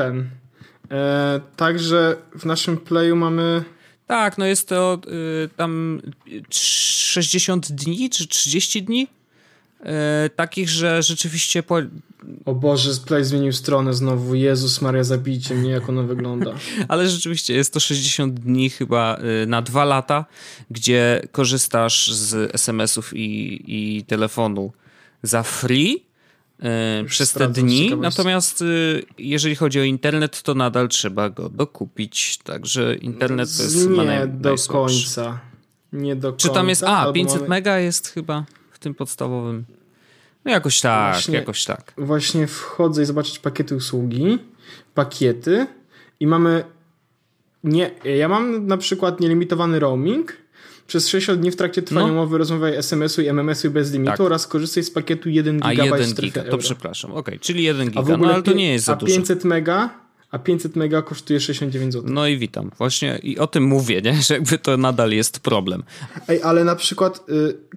także w naszym playu mamy... Tak, no jest to tam 60 dni czy 30 dni takich, że rzeczywiście... O Boże, Play zmienił stronę znowu. Jezus Maria, zabijcie mnie, jak ona wygląda. Ale rzeczywiście jest to 60 dni chyba na 2 lata, gdzie korzystasz z SMS-ów i telefonu za free przez te dni, natomiast jeżeli chodzi o internet, to nadal trzeba go dokupić, także internet to jest nie do końca. Nie do końca. Czy tam jest, 500 mega jest chyba w tym podstawowym. No jakoś tak. Właśnie wchodzę i zobaczyć pakiety usługi, pakiety i mamy ja mam na przykład nielimitowany roaming, przez 60 dni w trakcie trwania umowy rozmawiaj SMS-u i MMS-u bez limitu oraz korzystaj z pakietu 1 GB 1 giga, to przepraszam. Okej, czyli 1 giga, no ale to nie jest za dużo. 500 mega kosztuje 69 zł. No i witam. Właśnie i o tym mówię, nie? Że jakby to nadal jest problem. Ale na przykład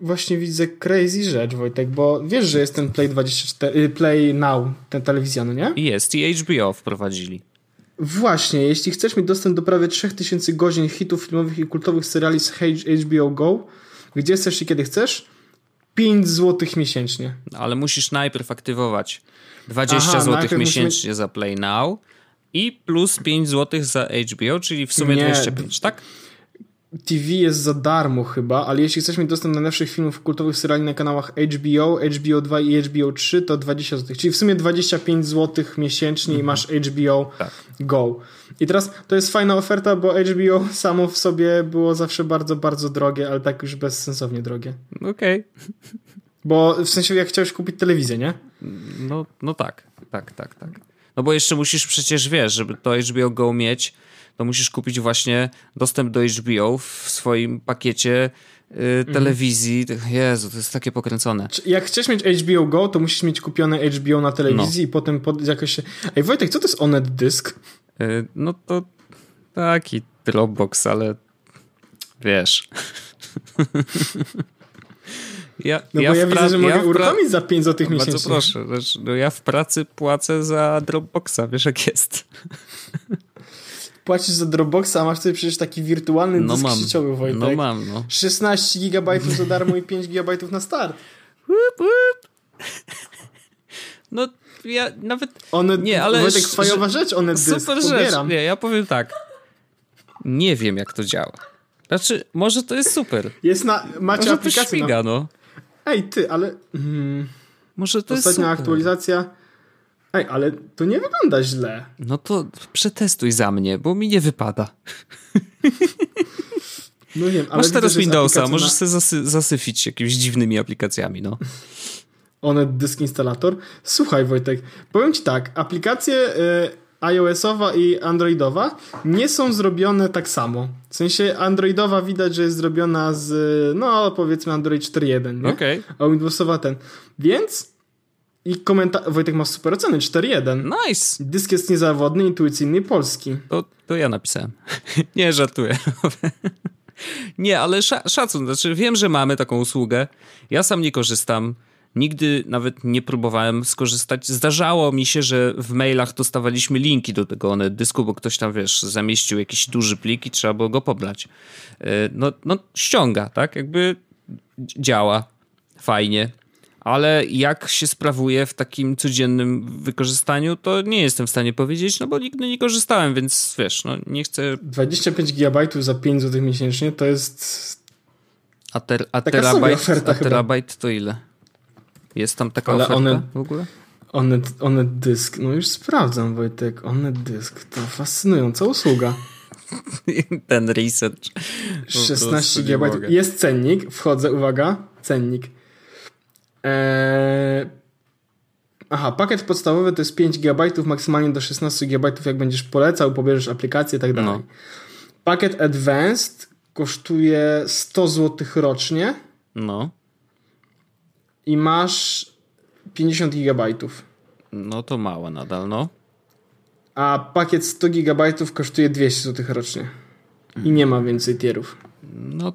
właśnie widzę crazy rzecz, Wojtek, bo wiesz, że jest ten Play Now, ten telewizja, no nie? Jest i HBO wprowadzili. Właśnie, jeśli chcesz mieć dostęp do prawie 3000 godzin hitów filmowych i kultowych seriali z HBO Go, gdzie chcesz i kiedy chcesz, 5 zł miesięcznie. Ale musisz najpierw aktywować 20 zł miesięcznie za Play Now i plus 5 zł za HBO, czyli w sumie 25, tak? TV jest za darmo chyba, ale jeśli chcesz mieć dostęp do najnowszych filmów kultowych seriali na kanałach HBO, HBO 2 i HBO 3, to 20 zł. Czyli w sumie 25 zł miesięcznie i masz HBO Go. I teraz to jest fajna oferta, bo HBO samo w sobie było zawsze bardzo, bardzo drogie, ale tak już bezsensownie drogie. Okej. Bo w sensie jak chciałeś kupić telewizję, nie? No tak. No bo jeszcze musisz przecież, wiesz, żeby to HBO Go mieć, to musisz kupić właśnie dostęp do HBO w swoim pakiecie telewizji. Jezu, to jest takie pokręcone. Jak chcesz mieć HBO Go, to musisz mieć kupione HBO na telewizji i potem jakoś się... Ej, Wojtek, co to jest Onet Dysk? No to taki Dropbox, ale wiesz... Bo ja widzę, że mogę uruchomić za 5 zł miesięcznie. Bardzo proszę. No ja w pracy płacę za Dropboxa, wiesz jak jest. Płacisz za Dropboxa, a masz tutaj przecież taki wirtualny dysk sieciowy, Wojtek. No mam. 16 GB za darmo i 5 GB na start. No ja nawet... Nie, ale Wojtek, fajowa rzecz, dysk, super rzecz. Nie, ja powiem tak. Nie wiem, jak to działa. Znaczy, może to jest super. Macie może aplikację. To śmiga, no. Ej, ty, ale... Może to jest ostatnia super. aktualizacja... Ej, ale to nie wygląda źle. No to przetestuj za mnie, bo mi nie wypada. No wiem, ale masz teraz Windowsa, możesz sobie zasyfić jakimiś dziwnymi aplikacjami, no. Onet Dysk Instalator. Słuchaj, Wojtek, powiem ci tak, aplikacje iOS-owa i androidowa nie są zrobione tak samo. W sensie androidowa widać, że jest zrobiona z, no powiedzmy Android 4.1, nie? Okej. A Windowsowa więc i Wojtek ma super oceny, 4.1. Nice! Dysk jest niezawodny, intuicyjny i polski. To ja napisałem. Nie, żartuję. Nie, ale szacun. Znaczy wiem, że mamy taką usługę. Ja sam nie korzystam. Nigdy nawet nie próbowałem skorzystać. Zdarzało mi się, że w mailach dostawaliśmy linki do tego Onet Dysku, bo ktoś tam, wiesz, zamieścił jakiś duży plik i trzeba było go pobrać. No ściąga, tak? Jakby działa fajnie. Ale jak się sprawuje w takim codziennym wykorzystaniu, to nie jestem w stanie powiedzieć, no bo nigdy nie korzystałem, więc wiesz, no nie chcę... 25 GB za 5 zł miesięcznie to jest... A terabajt to ile? Jest tam taka oferta w ogóle? Onet Dysk, no już sprawdzam, Wojtek. Onet Dysk, to fascynująca usługa. Ten research. 16 GB. Jest cennik, wchodzę, uwaga, cennik. Pakiet podstawowy to jest 5 GB, maksymalnie do 16 GB, jak będziesz polecał, pobierzesz aplikację i tak dalej. No. Pakiet Advanced kosztuje 100 zł rocznie. No. I masz 50 GB. No to mało nadal, no. A pakiet 100 GB kosztuje 200 zł rocznie. I nie ma więcej tierów. No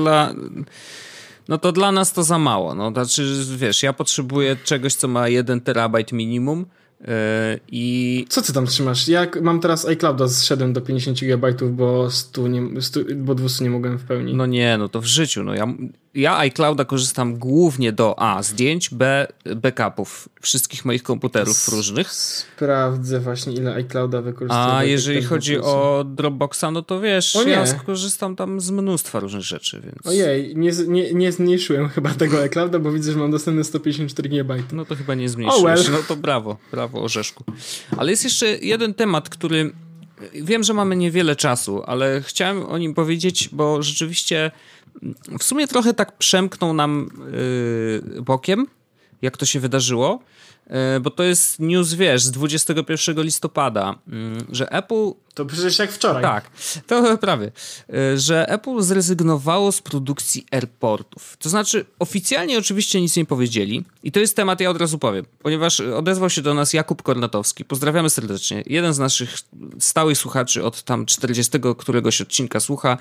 to dla nas to za mało. No, znaczy, wiesz, ja potrzebuję czegoś, co ma 1 terabajt minimum i... Co ty tam trzymasz? Ja mam teraz iClouda, zszedłem do 50 GB, bo 200 nie mogłem w pełni. No nie, no to w życiu. No ja iClouda korzystam głównie do zdjęć, backupów wszystkich moich komputerów różnych. Sprawdzę właśnie, ile iClouda wykorzystuję. A jeżeli chodzi o Dropboxa, no to wiesz, ja skorzystam tam z mnóstwa różnych rzeczy, więc... Ojej, nie zmniejszyłem chyba tego iClouda, bo widzę, że mam dostępne 154 GB. No to chyba nie zmniejszyłeś. No to brawo, Orzeszku. Ale jest jeszcze jeden temat, który... Wiem, że mamy niewiele czasu, ale chciałem o nim powiedzieć, bo rzeczywiście w sumie trochę tak przemknął nam bokiem, jak to się wydarzyło, bo to jest news, wiesz, z 21 listopada, że Apple To przecież jak wczoraj. Tak, to prawie. Że Apple zrezygnowało z produkcji AirPortów. To znaczy, oficjalnie oczywiście nic nie powiedzieli. I to jest temat, ja od razu powiem. Ponieważ odezwał się do nas Jakub Kornatowski. Pozdrawiamy serdecznie. Jeden z naszych stałych słuchaczy od tam 40 któregoś odcinka słucha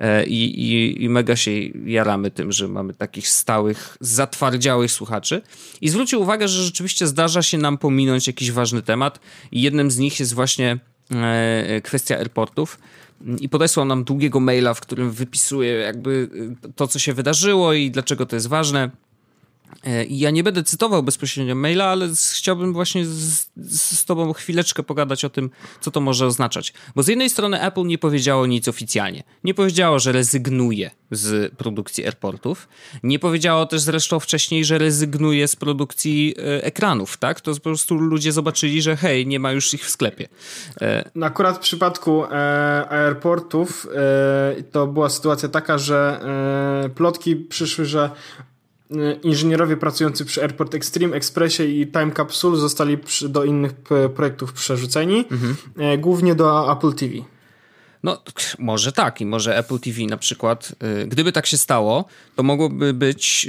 i mega się jaramy tym, że mamy takich stałych, zatwardziałych słuchaczy. I zwrócił uwagę, że rzeczywiście zdarza się nam pominąć jakiś ważny temat. I jednym z nich jest właśnie kwestia AirPortów i podesłał nam długiego maila, w którym wypisuje jakby to, co się wydarzyło i dlaczego to jest ważne. I ja nie będę cytował bezpośrednio maila, ale chciałbym właśnie z tobą chwileczkę pogadać o tym, co to może oznaczać. Bo z jednej strony Apple nie powiedziało nic oficjalnie. Nie powiedziało, że rezygnuje z produkcji AirPortów. Nie powiedziało też zresztą wcześniej, że rezygnuje z produkcji ekranów, tak? To po prostu ludzie zobaczyli, że hej, nie ma już ich w sklepie. No akurat w przypadku AirPortów to była sytuacja taka, że plotki przyszły, że inżynierowie pracujący przy AirPort Extreme, Expressie i Time Capsule zostali do innych projektów przerzuceni, głównie do Apple TV. No, może tak i może Apple TV na przykład, gdyby tak się stało, to mogłoby być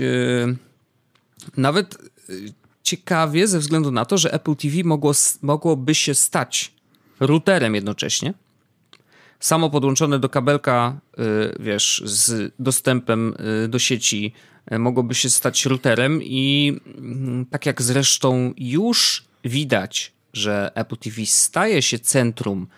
nawet ciekawie ze względu na to, że Apple TV mogłoby się stać routerem jednocześnie, samo podłączone do kabelka, wiesz, z dostępem do sieci, mogłoby się stać routerem i tak jak zresztą już widać, że Apple TV staje się centrum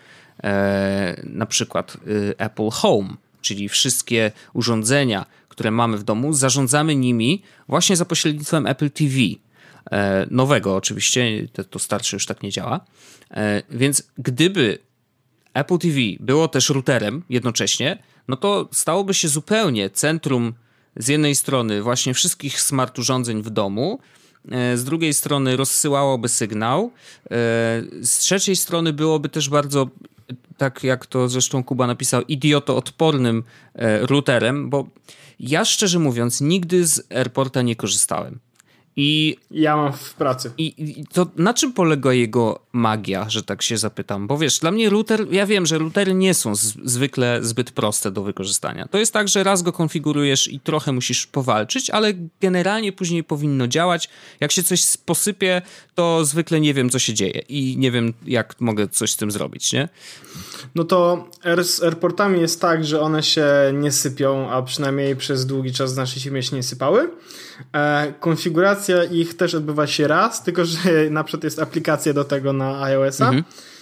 na przykład Apple Home, czyli wszystkie urządzenia, które mamy w domu, zarządzamy nimi właśnie za pośrednictwem Apple TV. Nowego oczywiście, to starsze już tak nie działa. Więc gdyby Apple TV było też routerem jednocześnie, no to stałoby się zupełnie centrum z jednej strony właśnie wszystkich smart urządzeń w domu, z drugiej strony rozsyłałoby sygnał, z trzeciej strony byłoby też bardzo, tak jak to zresztą Kuba napisał, idiotoodpornym routerem, bo ja szczerze mówiąc nigdy z AirPorta nie korzystałem. I ja mam w pracy. I to na czym polega jego magia, że tak się zapytam? Bo wiesz, dla mnie router, ja wiem, że routery nie są zwykle zbyt proste do wykorzystania. To jest tak, że raz go konfigurujesz i trochę musisz powalczyć, ale generalnie później powinno działać. Jak się coś posypie, to zwykle nie wiem, co się dzieje i nie wiem, jak mogę coś z tym zrobić, nie? No to z AirPortami jest tak, że one się nie sypią, a przynajmniej przez długi czas z naszej firmy się nie sypały. Konfiguracja ich też odbywa się raz, tylko że na przykład jest aplikacja do tego na iOS-a,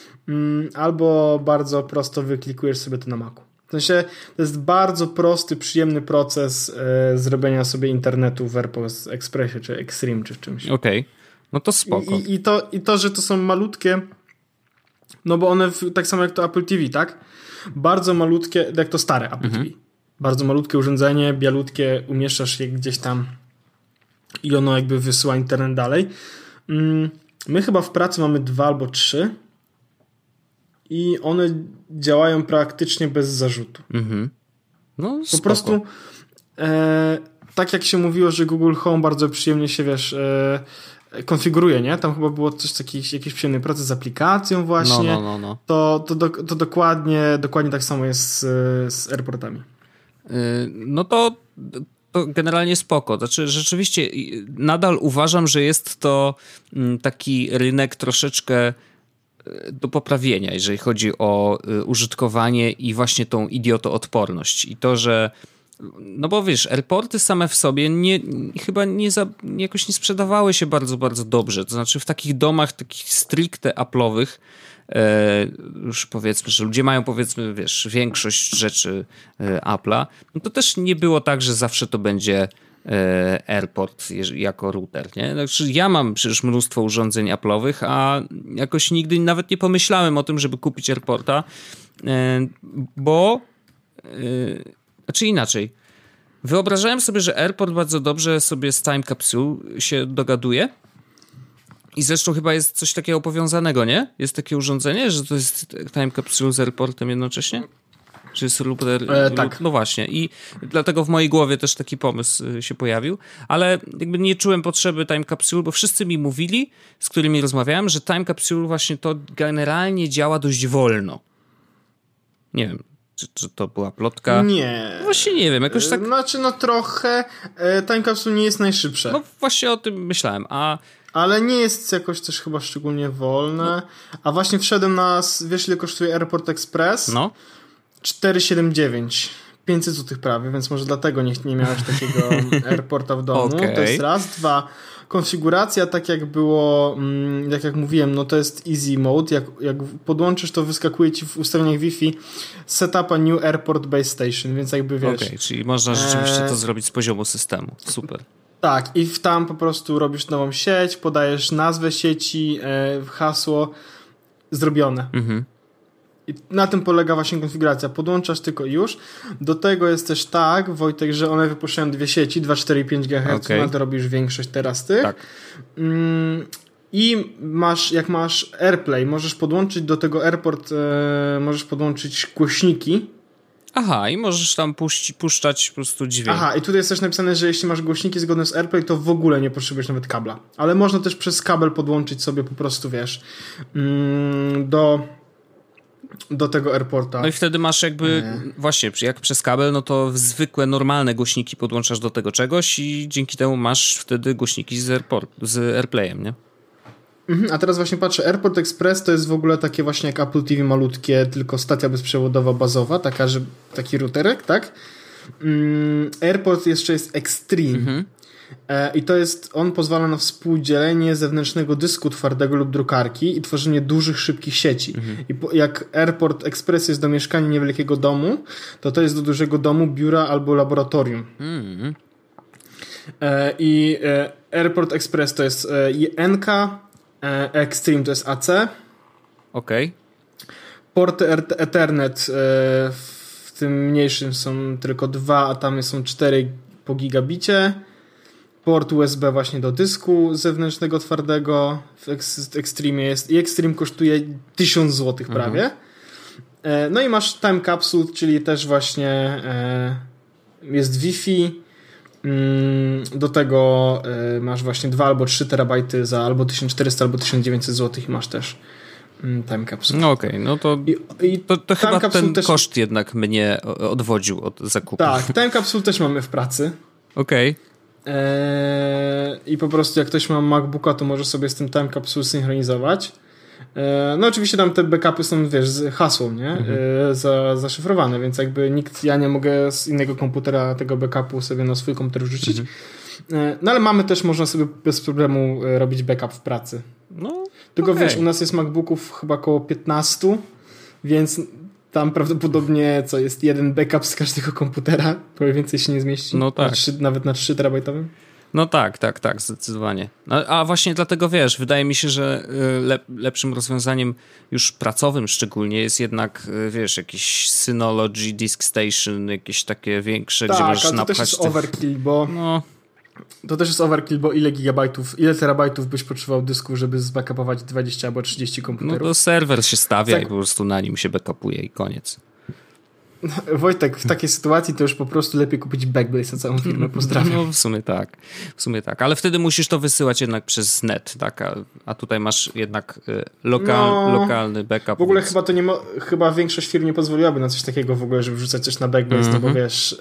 albo bardzo prosto wyklikujesz sobie to na Macu. W sensie to jest bardzo prosty, przyjemny proces zrobienia sobie internetu w AirPods Expressie, czy Extreme, czy w czymś. Okej. No to spoko. I to, że to są malutkie, no bo one, tak samo jak to Apple TV, tak? Bardzo malutkie, jak to stare Apple TV. Bardzo malutkie urządzenie, bialutkie, umieszczasz je gdzieś tam i ono jakby wysyła internet dalej. My chyba w pracy mamy 2 albo 3 i one działają praktycznie bez zarzutu. No, po prostu tak jak się mówiło, że Google Home bardzo przyjemnie się, wiesz, konfiguruje, nie? Tam chyba było coś jakiś przyjemny proces z aplikacją właśnie. No. To dokładnie tak samo jest z AirPortami. No to generalnie spoko. Znaczy rzeczywiście nadal uważam, że jest to taki rynek troszeczkę do poprawienia, jeżeli chodzi o użytkowanie i właśnie tą idiotoodporność. I to, że no bo wiesz, AirPorty same w sobie chyba jakoś nie sprzedawały się bardzo, bardzo dobrze. To znaczy w takich domach, takich stricte Apple'owych, już powiedzmy, że ludzie mają powiedzmy, wiesz, większość rzeczy Apple'a, no to też nie było tak, że zawsze to będzie AirPort jako router, nie? Znaczy ja mam przecież mnóstwo urządzeń Apple'owych, a jakoś nigdy nawet nie pomyślałem o tym, żeby kupić AirPorta, bo znaczy inaczej. Wyobrażałem sobie, że AirPort bardzo dobrze sobie z Time Capsule się dogaduje. I zresztą chyba jest coś takiego powiązanego, nie? Jest takie urządzenie, że to jest Time Capsule z AirPortem jednocześnie? Czy jest router? Tak. No właśnie. I dlatego w mojej głowie też taki pomysł się pojawił. Ale jakby nie czułem potrzeby Time Capsule, bo wszyscy mi mówili, z którymi rozmawiałem, że Time Capsule właśnie to generalnie działa dość wolno. Nie wiem, czy to była plotka? Nie. Właśnie nie wiem, jakoś tak... Znaczy, no trochę time capsule nie jest najszybsze. No właśnie o tym myślałem, ale nie jest jakoś też chyba szczególnie wolne. A właśnie wszedłem wiesz ile kosztuje Airport Express? No. 4,79. 500 zł prawie, więc może dlatego nie miałeś takiego Airporta w domu. Okay. To jest raz. Dwa, konfiguracja, tak jak było, jak mówiłem, no to jest easy mode. Jak podłączysz, to wyskakuje ci w ustawieniach Wi-Fi setup a new airport base station, więc jakby wiesz... Okej, czyli można rzeczywiście to zrobić z poziomu systemu. Super. Tak, i tam po prostu robisz nową sieć, podajesz nazwę sieci, hasło, zrobione. I na tym polega właśnie konfiguracja. Podłączasz tylko już. Do tego jest też tak, Wojtek, że one wypuszczają dwie sieci, 2, 4 i 5 GHz, okay. No to robisz większość teraz tych. Tak. I jak masz AirPlay, możesz podłączyć do tego Airport, możesz podłączyć głośniki. Aha, i możesz tam puszczać po prostu dźwięk. Aha, i tutaj jest też napisane, że jeśli masz głośniki zgodne z AirPlay, to w ogóle nie potrzebujesz nawet kabla. Ale można też przez kabel podłączyć sobie po prostu, wiesz, do tego Airporta. No i wtedy masz jakby, właśnie, jak przez kabel, no to zwykłe, normalne głośniki podłączasz do tego czegoś i dzięki temu masz wtedy głośniki z AirPlayem, nie? A teraz właśnie patrzę, Airport Express to jest w ogóle takie właśnie jak Apple TV malutkie, tylko stacja bezprzewodowa bazowa, taki routerek, tak? Airport jeszcze jest Extreme. I to jest, on pozwala na współdzielenie zewnętrznego dysku twardego lub drukarki i tworzenie dużych, szybkich sieci. I jak Airport Express jest do mieszkania niewielkiego domu, to jest do dużego domu, biura albo laboratorium. I Airport Express to jest NK, Extreme to jest AC. Okej. Porty Ethernet w tym mniejszym są tylko 2, a tam są 4 po gigabicie. Port USB właśnie do dysku zewnętrznego twardego w Extreme jest. I Extreme kosztuje 1000 zł prawie. No i masz Time Capsule, czyli też właśnie jest Wi-Fi. Do tego masz właśnie 2 albo 3 terabajty za albo 1400 albo 1900 zł i masz też Time Capsule. No okej, no to chyba ten koszt jednak mnie odwodził od zakupu. Tak, Time Capsule też mamy w pracy. Okej. I po prostu jak ktoś ma MacBooka, to może sobie z tym Time Capsule synchronizować. No oczywiście tam te backupy są, wiesz, z hasłem, nie? Zaszyfrowane, więc jakby ja nie mogę z innego komputera tego backupu sobie na swój komputer wrzucić. No ale można sobie bez problemu robić backup w pracy. No, tylko wiesz, u nas jest MacBooków chyba około 15, więc tam prawdopodobnie jest jeden backup z każdego komputera, bo więcej się nie zmieści. No tak. Nawet na 3 terabajtowym. No tak, zdecydowanie. A właśnie dlatego, wiesz, wydaje mi się, że lepszym rozwiązaniem już pracowym szczególnie jest jednak, wiesz, jakiś Synology, Disk Station, jakieś takie większe, gdzie możesz napchać... Tak, to też jest overkill, bo... No. To też jest overkill, bo ile terabajtów byś potrzebował dysku, żeby zbackupować 20 albo 30 komputerów? No to serwer się stawia i po prostu na nim się backupuje i koniec. Wojtek, w takiej sytuacji to już po prostu lepiej kupić Backblaze na całą firmę, pozdrawiam. No w sumie tak, ale wtedy musisz to wysyłać jednak przez net, tak, a tutaj masz jednak lokalny backup. W ogóle więc... chyba większość firm nie pozwoliłaby na coś takiego w ogóle, żeby wrzucać coś na Backblaze, no bo wiesz,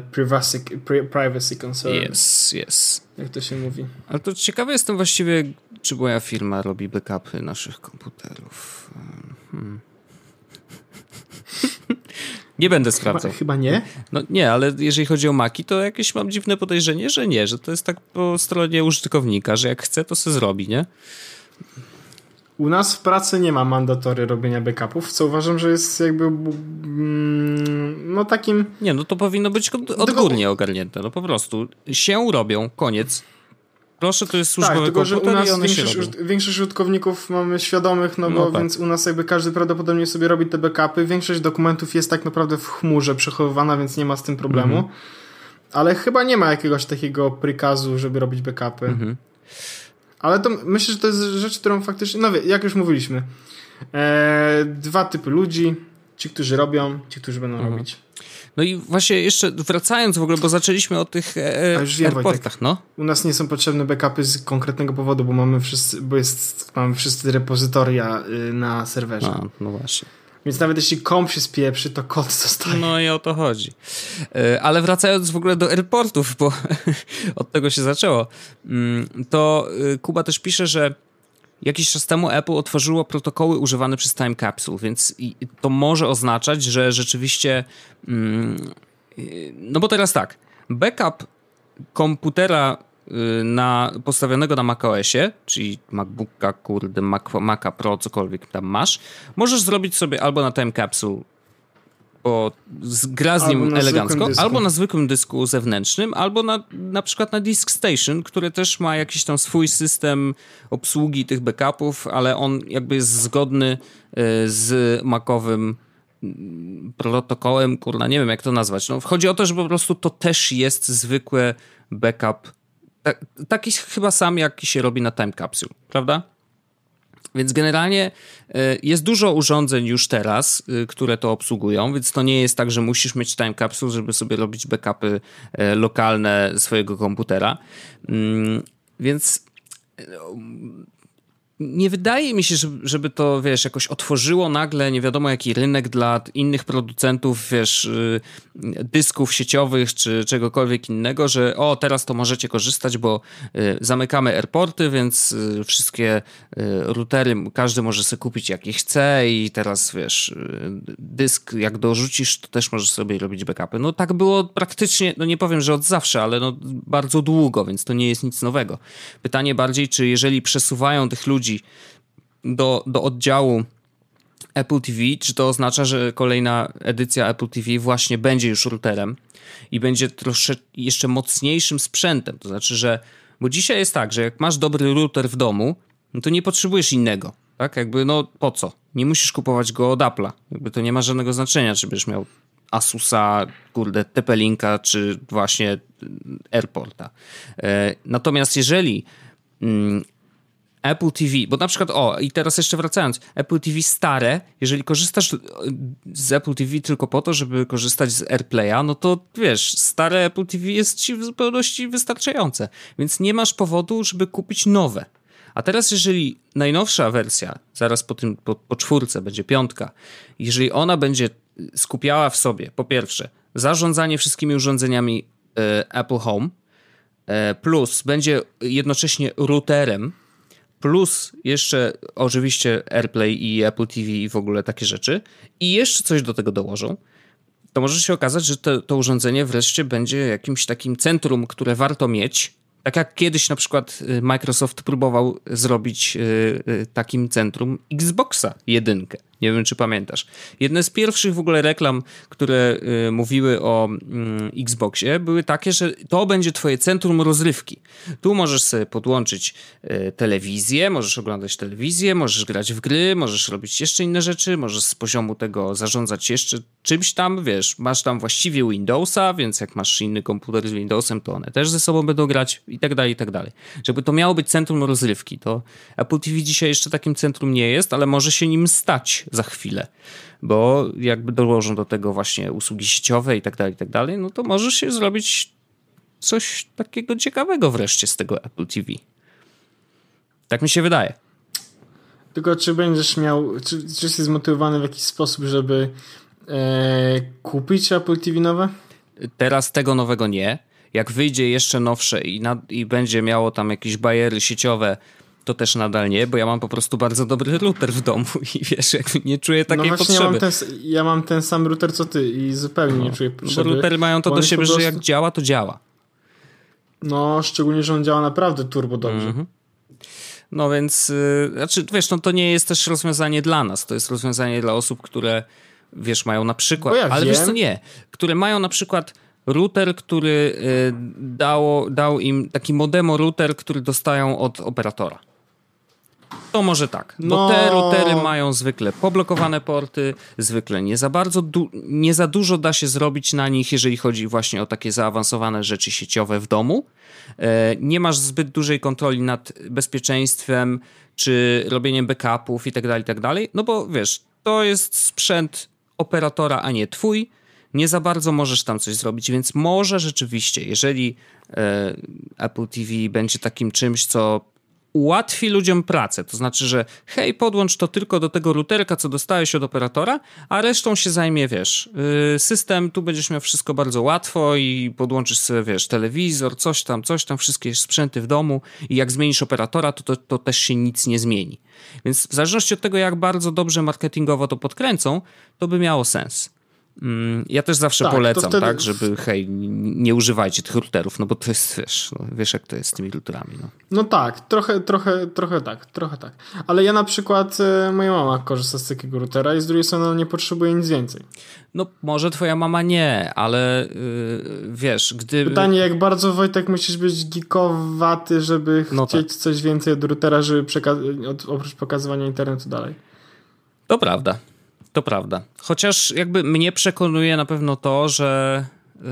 privacy concern. Yes. Jak to się mówi. Ale to ciekawy jestem właściwie, czy moja firma robi backupy naszych komputerów. Nie będę sprawdzał. Chyba nie? No nie, ale jeżeli chodzi o Maki, to jakieś mam dziwne podejrzenie, że nie, że to jest tak po stronie użytkownika, że jak chce, to se zrobi, nie? U nas w pracy nie ma mandatory robienia backupów, co uważam, że jest jakby no takim... Nie, no to powinno być odgórnie ogarnięte, no po prostu się robią, koniec. Proszę, to jest służbowy komputer że u nas i one większość użytkowników mamy świadomych, więc u nas jakby każdy prawdopodobnie sobie robi te backupy. Większość dokumentów jest tak naprawdę w chmurze przechowywana, więc nie ma z tym problemu. Ale chyba nie ma jakiegoś takiego prikazu, żeby robić backupy. Ale to myślę, że to jest rzecz, którą faktycznie, no jak już mówiliśmy, 2 typy ludzi, ci, którzy robią, ci, którzy będą robić. No i właśnie jeszcze wracając w ogóle, bo zaczęliśmy o tych airportach, no. U nas nie są potrzebne backupy z konkretnego powodu, bo mamy wszyscy repozytoria na serwerze. No właśnie. Więc nawet jeśli komp się spieprzy, to kod zostaje. No i o to chodzi. Ale wracając w ogóle do airportów, bo od tego się zaczęło, to Kuba też pisze, że jakiś czas temu Apple otworzyło protokoły używane przez Time Capsule, więc to może oznaczać, że rzeczywiście... No bo teraz tak, backup komputera postawionego na macOSie, czyli MacBooka, Maca Pro, cokolwiek tam masz, możesz zrobić sobie albo na Time Capsule, bo gra z nim elegancko, albo na zwykłym dysku zewnętrznym, albo na przykład na Disk Station, który też ma jakiś tam swój system obsługi tych backupów, ale on jakby jest zgodny z macowym protokołem, nie wiem jak to nazwać. No, chodzi o to, że po prostu to też jest zwykły backup, taki chyba sam, jaki się robi na Time Capsule, prawda? Więc generalnie jest dużo urządzeń już teraz, które to obsługują, więc to nie jest tak, że musisz mieć Time Capsule, żeby sobie robić backupy lokalne swojego komputera. Więc nie wydaje mi się, żeby to, wiesz, jakoś otworzyło nagle nie wiadomo jaki rynek dla innych producentów, wiesz, dysków sieciowych czy czegokolwiek innego, że teraz to możecie korzystać, bo zamykamy airporty, więc wszystkie routery, każdy może sobie kupić jakie chce i teraz, wiesz, dysk jak dorzucisz, to też możesz sobie robić backupy. No tak było praktycznie, no nie powiem, że od zawsze, ale no bardzo długo, więc to nie jest nic nowego. Pytanie bardziej, czy jeżeli przesuwają tych ludzi do oddziału Apple TV, czy to oznacza, że kolejna edycja Apple TV właśnie będzie już routerem i będzie troszeczkę jeszcze mocniejszym sprzętem. To znaczy, że bo dzisiaj jest tak, że jak masz dobry router w domu, no to nie potrzebujesz innego. Tak? Jakby no po co? Nie musisz kupować go od Apple'a. Jakby to nie ma żadnego znaczenia, czy będziesz miał Asusa, TP-Linka, czy właśnie AirPorta. Natomiast jeżeli Apple TV, bo na przykład, i teraz jeszcze wracając, Apple TV stare, jeżeli korzystasz z Apple TV tylko po to, żeby korzystać z AirPlaya, no to wiesz, stare Apple TV jest ci w zupełności wystarczające, więc nie masz powodu, żeby kupić nowe. A teraz jeżeli najnowsza wersja, zaraz po 4 będzie 5, jeżeli ona będzie skupiała w sobie, po pierwsze, zarządzanie wszystkimi urządzeniami Apple Home, plus będzie jednocześnie routerem, plus jeszcze oczywiście AirPlay i Apple TV i w ogóle takie rzeczy i jeszcze coś do tego dołożą, to może się okazać, że to urządzenie wreszcie będzie jakimś takim centrum, które warto mieć. Tak jak kiedyś na przykład Microsoft próbował zrobić takim centrum Xboxa 1. Nie wiem, czy pamiętasz. Jedne z pierwszych w ogóle reklam, które mówiły o Xboxie, były takie, że to będzie twoje centrum rozrywki. Tu możesz sobie podłączyć telewizję, możesz oglądać telewizję, możesz grać w gry, możesz robić jeszcze inne rzeczy, możesz z poziomu tego zarządzać jeszcze czymś tam, wiesz, masz tam właściwie Windowsa, więc jak masz inny komputer z Windowsem, to one też ze sobą będą grać i tak dalej, i tak dalej. Żeby to miało być centrum rozrywki, to Apple TV dzisiaj jeszcze takim centrum nie jest, ale może się nim stać za chwilę, bo jakby dołożą do tego właśnie usługi sieciowe i tak dalej, no to może się zrobić coś takiego ciekawego wreszcie z tego Apple TV. Tak mi się wydaje. Tylko czy będziesz miał, czy jesteś zmotywowany w jakiś sposób, żeby kupić Apple TV nowe? Teraz tego nowego nie. Jak wyjdzie jeszcze nowsze i będzie miało tam jakieś bariery sieciowe, to też nadal nie, bo ja mam po prostu bardzo dobry router w domu i wiesz, jakby nie czuję takiej potrzeby. Ja mam ten sam router co ty i zupełnie nie czuję potrzeby. Bo routery mają to do siebie, że jak działa, to działa. No, szczególnie, że on działa naprawdę turbo dobrze. No więc, znaczy wiesz, no to nie jest też rozwiązanie dla nas, to jest rozwiązanie dla osób, które wiesz, mają na przykład, wiesz co, nie, które mają na przykład router, który dał im taki modemo router, który dostają od operatora. To może tak, bo te routery mają zwykle poblokowane porty, zwykle nie za dużo da się zrobić na nich, jeżeli chodzi właśnie o takie zaawansowane rzeczy sieciowe w domu. Nie masz zbyt dużej kontroli nad bezpieczeństwem, czy robieniem backupów i tak dalej, no bo wiesz, to jest sprzęt operatora, a nie twój. Nie za bardzo możesz tam coś zrobić, więc może rzeczywiście, jeżeli Apple TV będzie takim czymś, co ułatwi ludziom pracę. To znaczy, że hej, podłącz to tylko do tego routerka, co dostałeś od operatora, a resztą się zajmie, wiesz, system, tu będziesz miał wszystko bardzo łatwo i podłączysz sobie, wiesz, telewizor, coś tam, wszystkie sprzęty w domu i jak zmienisz operatora, to też się nic nie zmieni. Więc w zależności od tego, jak bardzo dobrze marketingowo to podkręcą, to by miało sens. Ja też zawsze polecam, wtedy... tak, żeby hej, nie używajcie tych routerów, no bo to jest, wiesz jak to jest z tymi routerami. No tak, trochę tak. Ale ja na przykład, moja mama korzysta z takiego routera i z drugiej strony nie potrzebuje nic więcej. No może twoja mama nie, ale wiesz, gdyby... Pytanie, jak bardzo, Wojtek, musisz być geekowaty, żeby chcieć coś więcej od routera, żeby oprócz pokazywania internetu dalej. To prawda. To prawda. Chociaż jakby mnie przekonuje na pewno to, że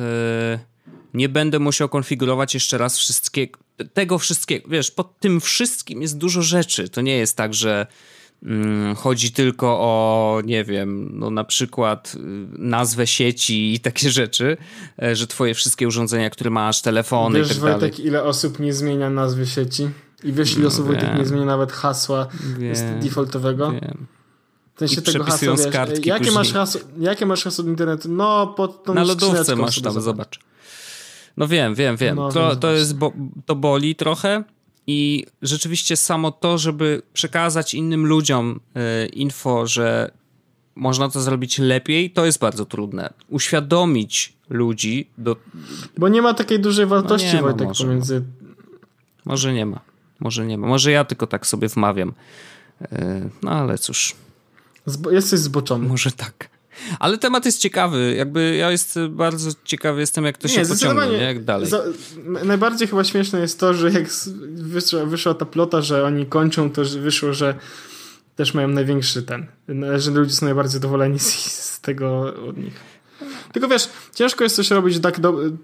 nie będę musiał konfigurować jeszcze raz tego wszystkiego. Wiesz, pod tym wszystkim jest dużo rzeczy. To nie jest tak, że chodzi tylko o, nie wiem, no na przykład nazwę sieci i takie rzeczy, że twoje wszystkie urządzenia, które masz, telefony i tak dalej. Wiesz, Wojtek, ile osób nie zmienia nazwy sieci? I wiesz, ile osób, Wojtek, nie zmienia nawet hasła defaultowego? Wiem. W sensie tego hasła, wiesz, jakie masz hasło do internetu? No, pod tą na lodówce masz tam, zobacz. No wiem. No, to boli trochę i rzeczywiście samo to, żeby przekazać innym ludziom info, że można to zrobić lepiej, to jest bardzo trudne. Uświadomić ludzi Bo nie ma takiej dużej wartości, Wojtek, pomiędzy... Może nie ma. Może ja tylko tak sobie wmawiam. No ale cóż... Jesteś zboczony. Może tak. Ale temat jest ciekawy. Jakby ja bardzo ciekawy jestem, jak to się pociągnie, nie? Jak dalej. Najbardziej chyba śmieszne jest to, że jak wyszła ta plota, że oni kończą, to wyszło, że też mają największy że ludzie są najbardziej zadowoleni z tego od nich. Tylko wiesz, ciężko jest coś robić tak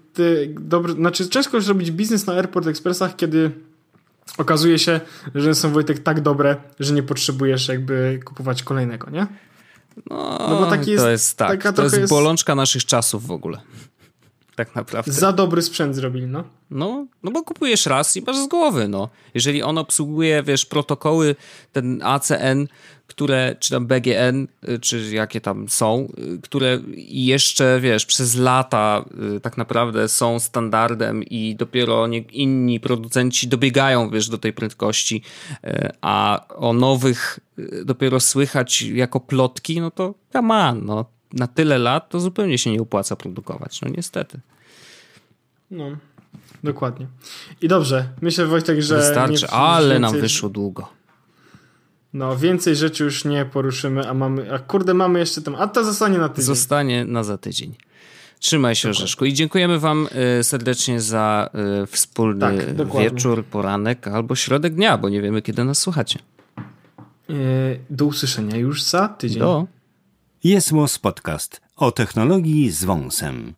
ciężko jest robić biznes na Airport Expressach, kiedy okazuje się, że są, Wojtek, tak dobre, że nie potrzebujesz jakby kupować kolejnego, nie? No bo taki jest, to jest bolączka naszych czasów w ogóle. Tak naprawdę. Za dobry sprzęt zrobili, no. No bo kupujesz raz i masz z głowy, no. Jeżeli on obsługuje, wiesz, protokoły, ten ACN, czy tam BGN, czy jakie tam są, które jeszcze, wiesz, przez lata tak naprawdę są standardem i dopiero inni producenci dobiegają, wiesz, do tej prędkości, a o nowych dopiero słychać jako plotki, no to come on, no. Na tyle lat to zupełnie się nie opłaca produkować, no niestety. No, dokładnie. I dobrze, myślę, Wojtek, że... Wystarczy, ale nam wyszło długo. No, więcej rzeczy już nie poruszymy, mamy jeszcze tam, a to zostanie na tydzień. Zostanie za tydzień. Trzymaj się, Orzeszku. I dziękujemy wam serdecznie za wspólny wieczór, poranek albo środek dnia, bo nie wiemy, kiedy nas słuchacie. Do usłyszenia już za tydzień. Jest Podcast o technologii z wąsem.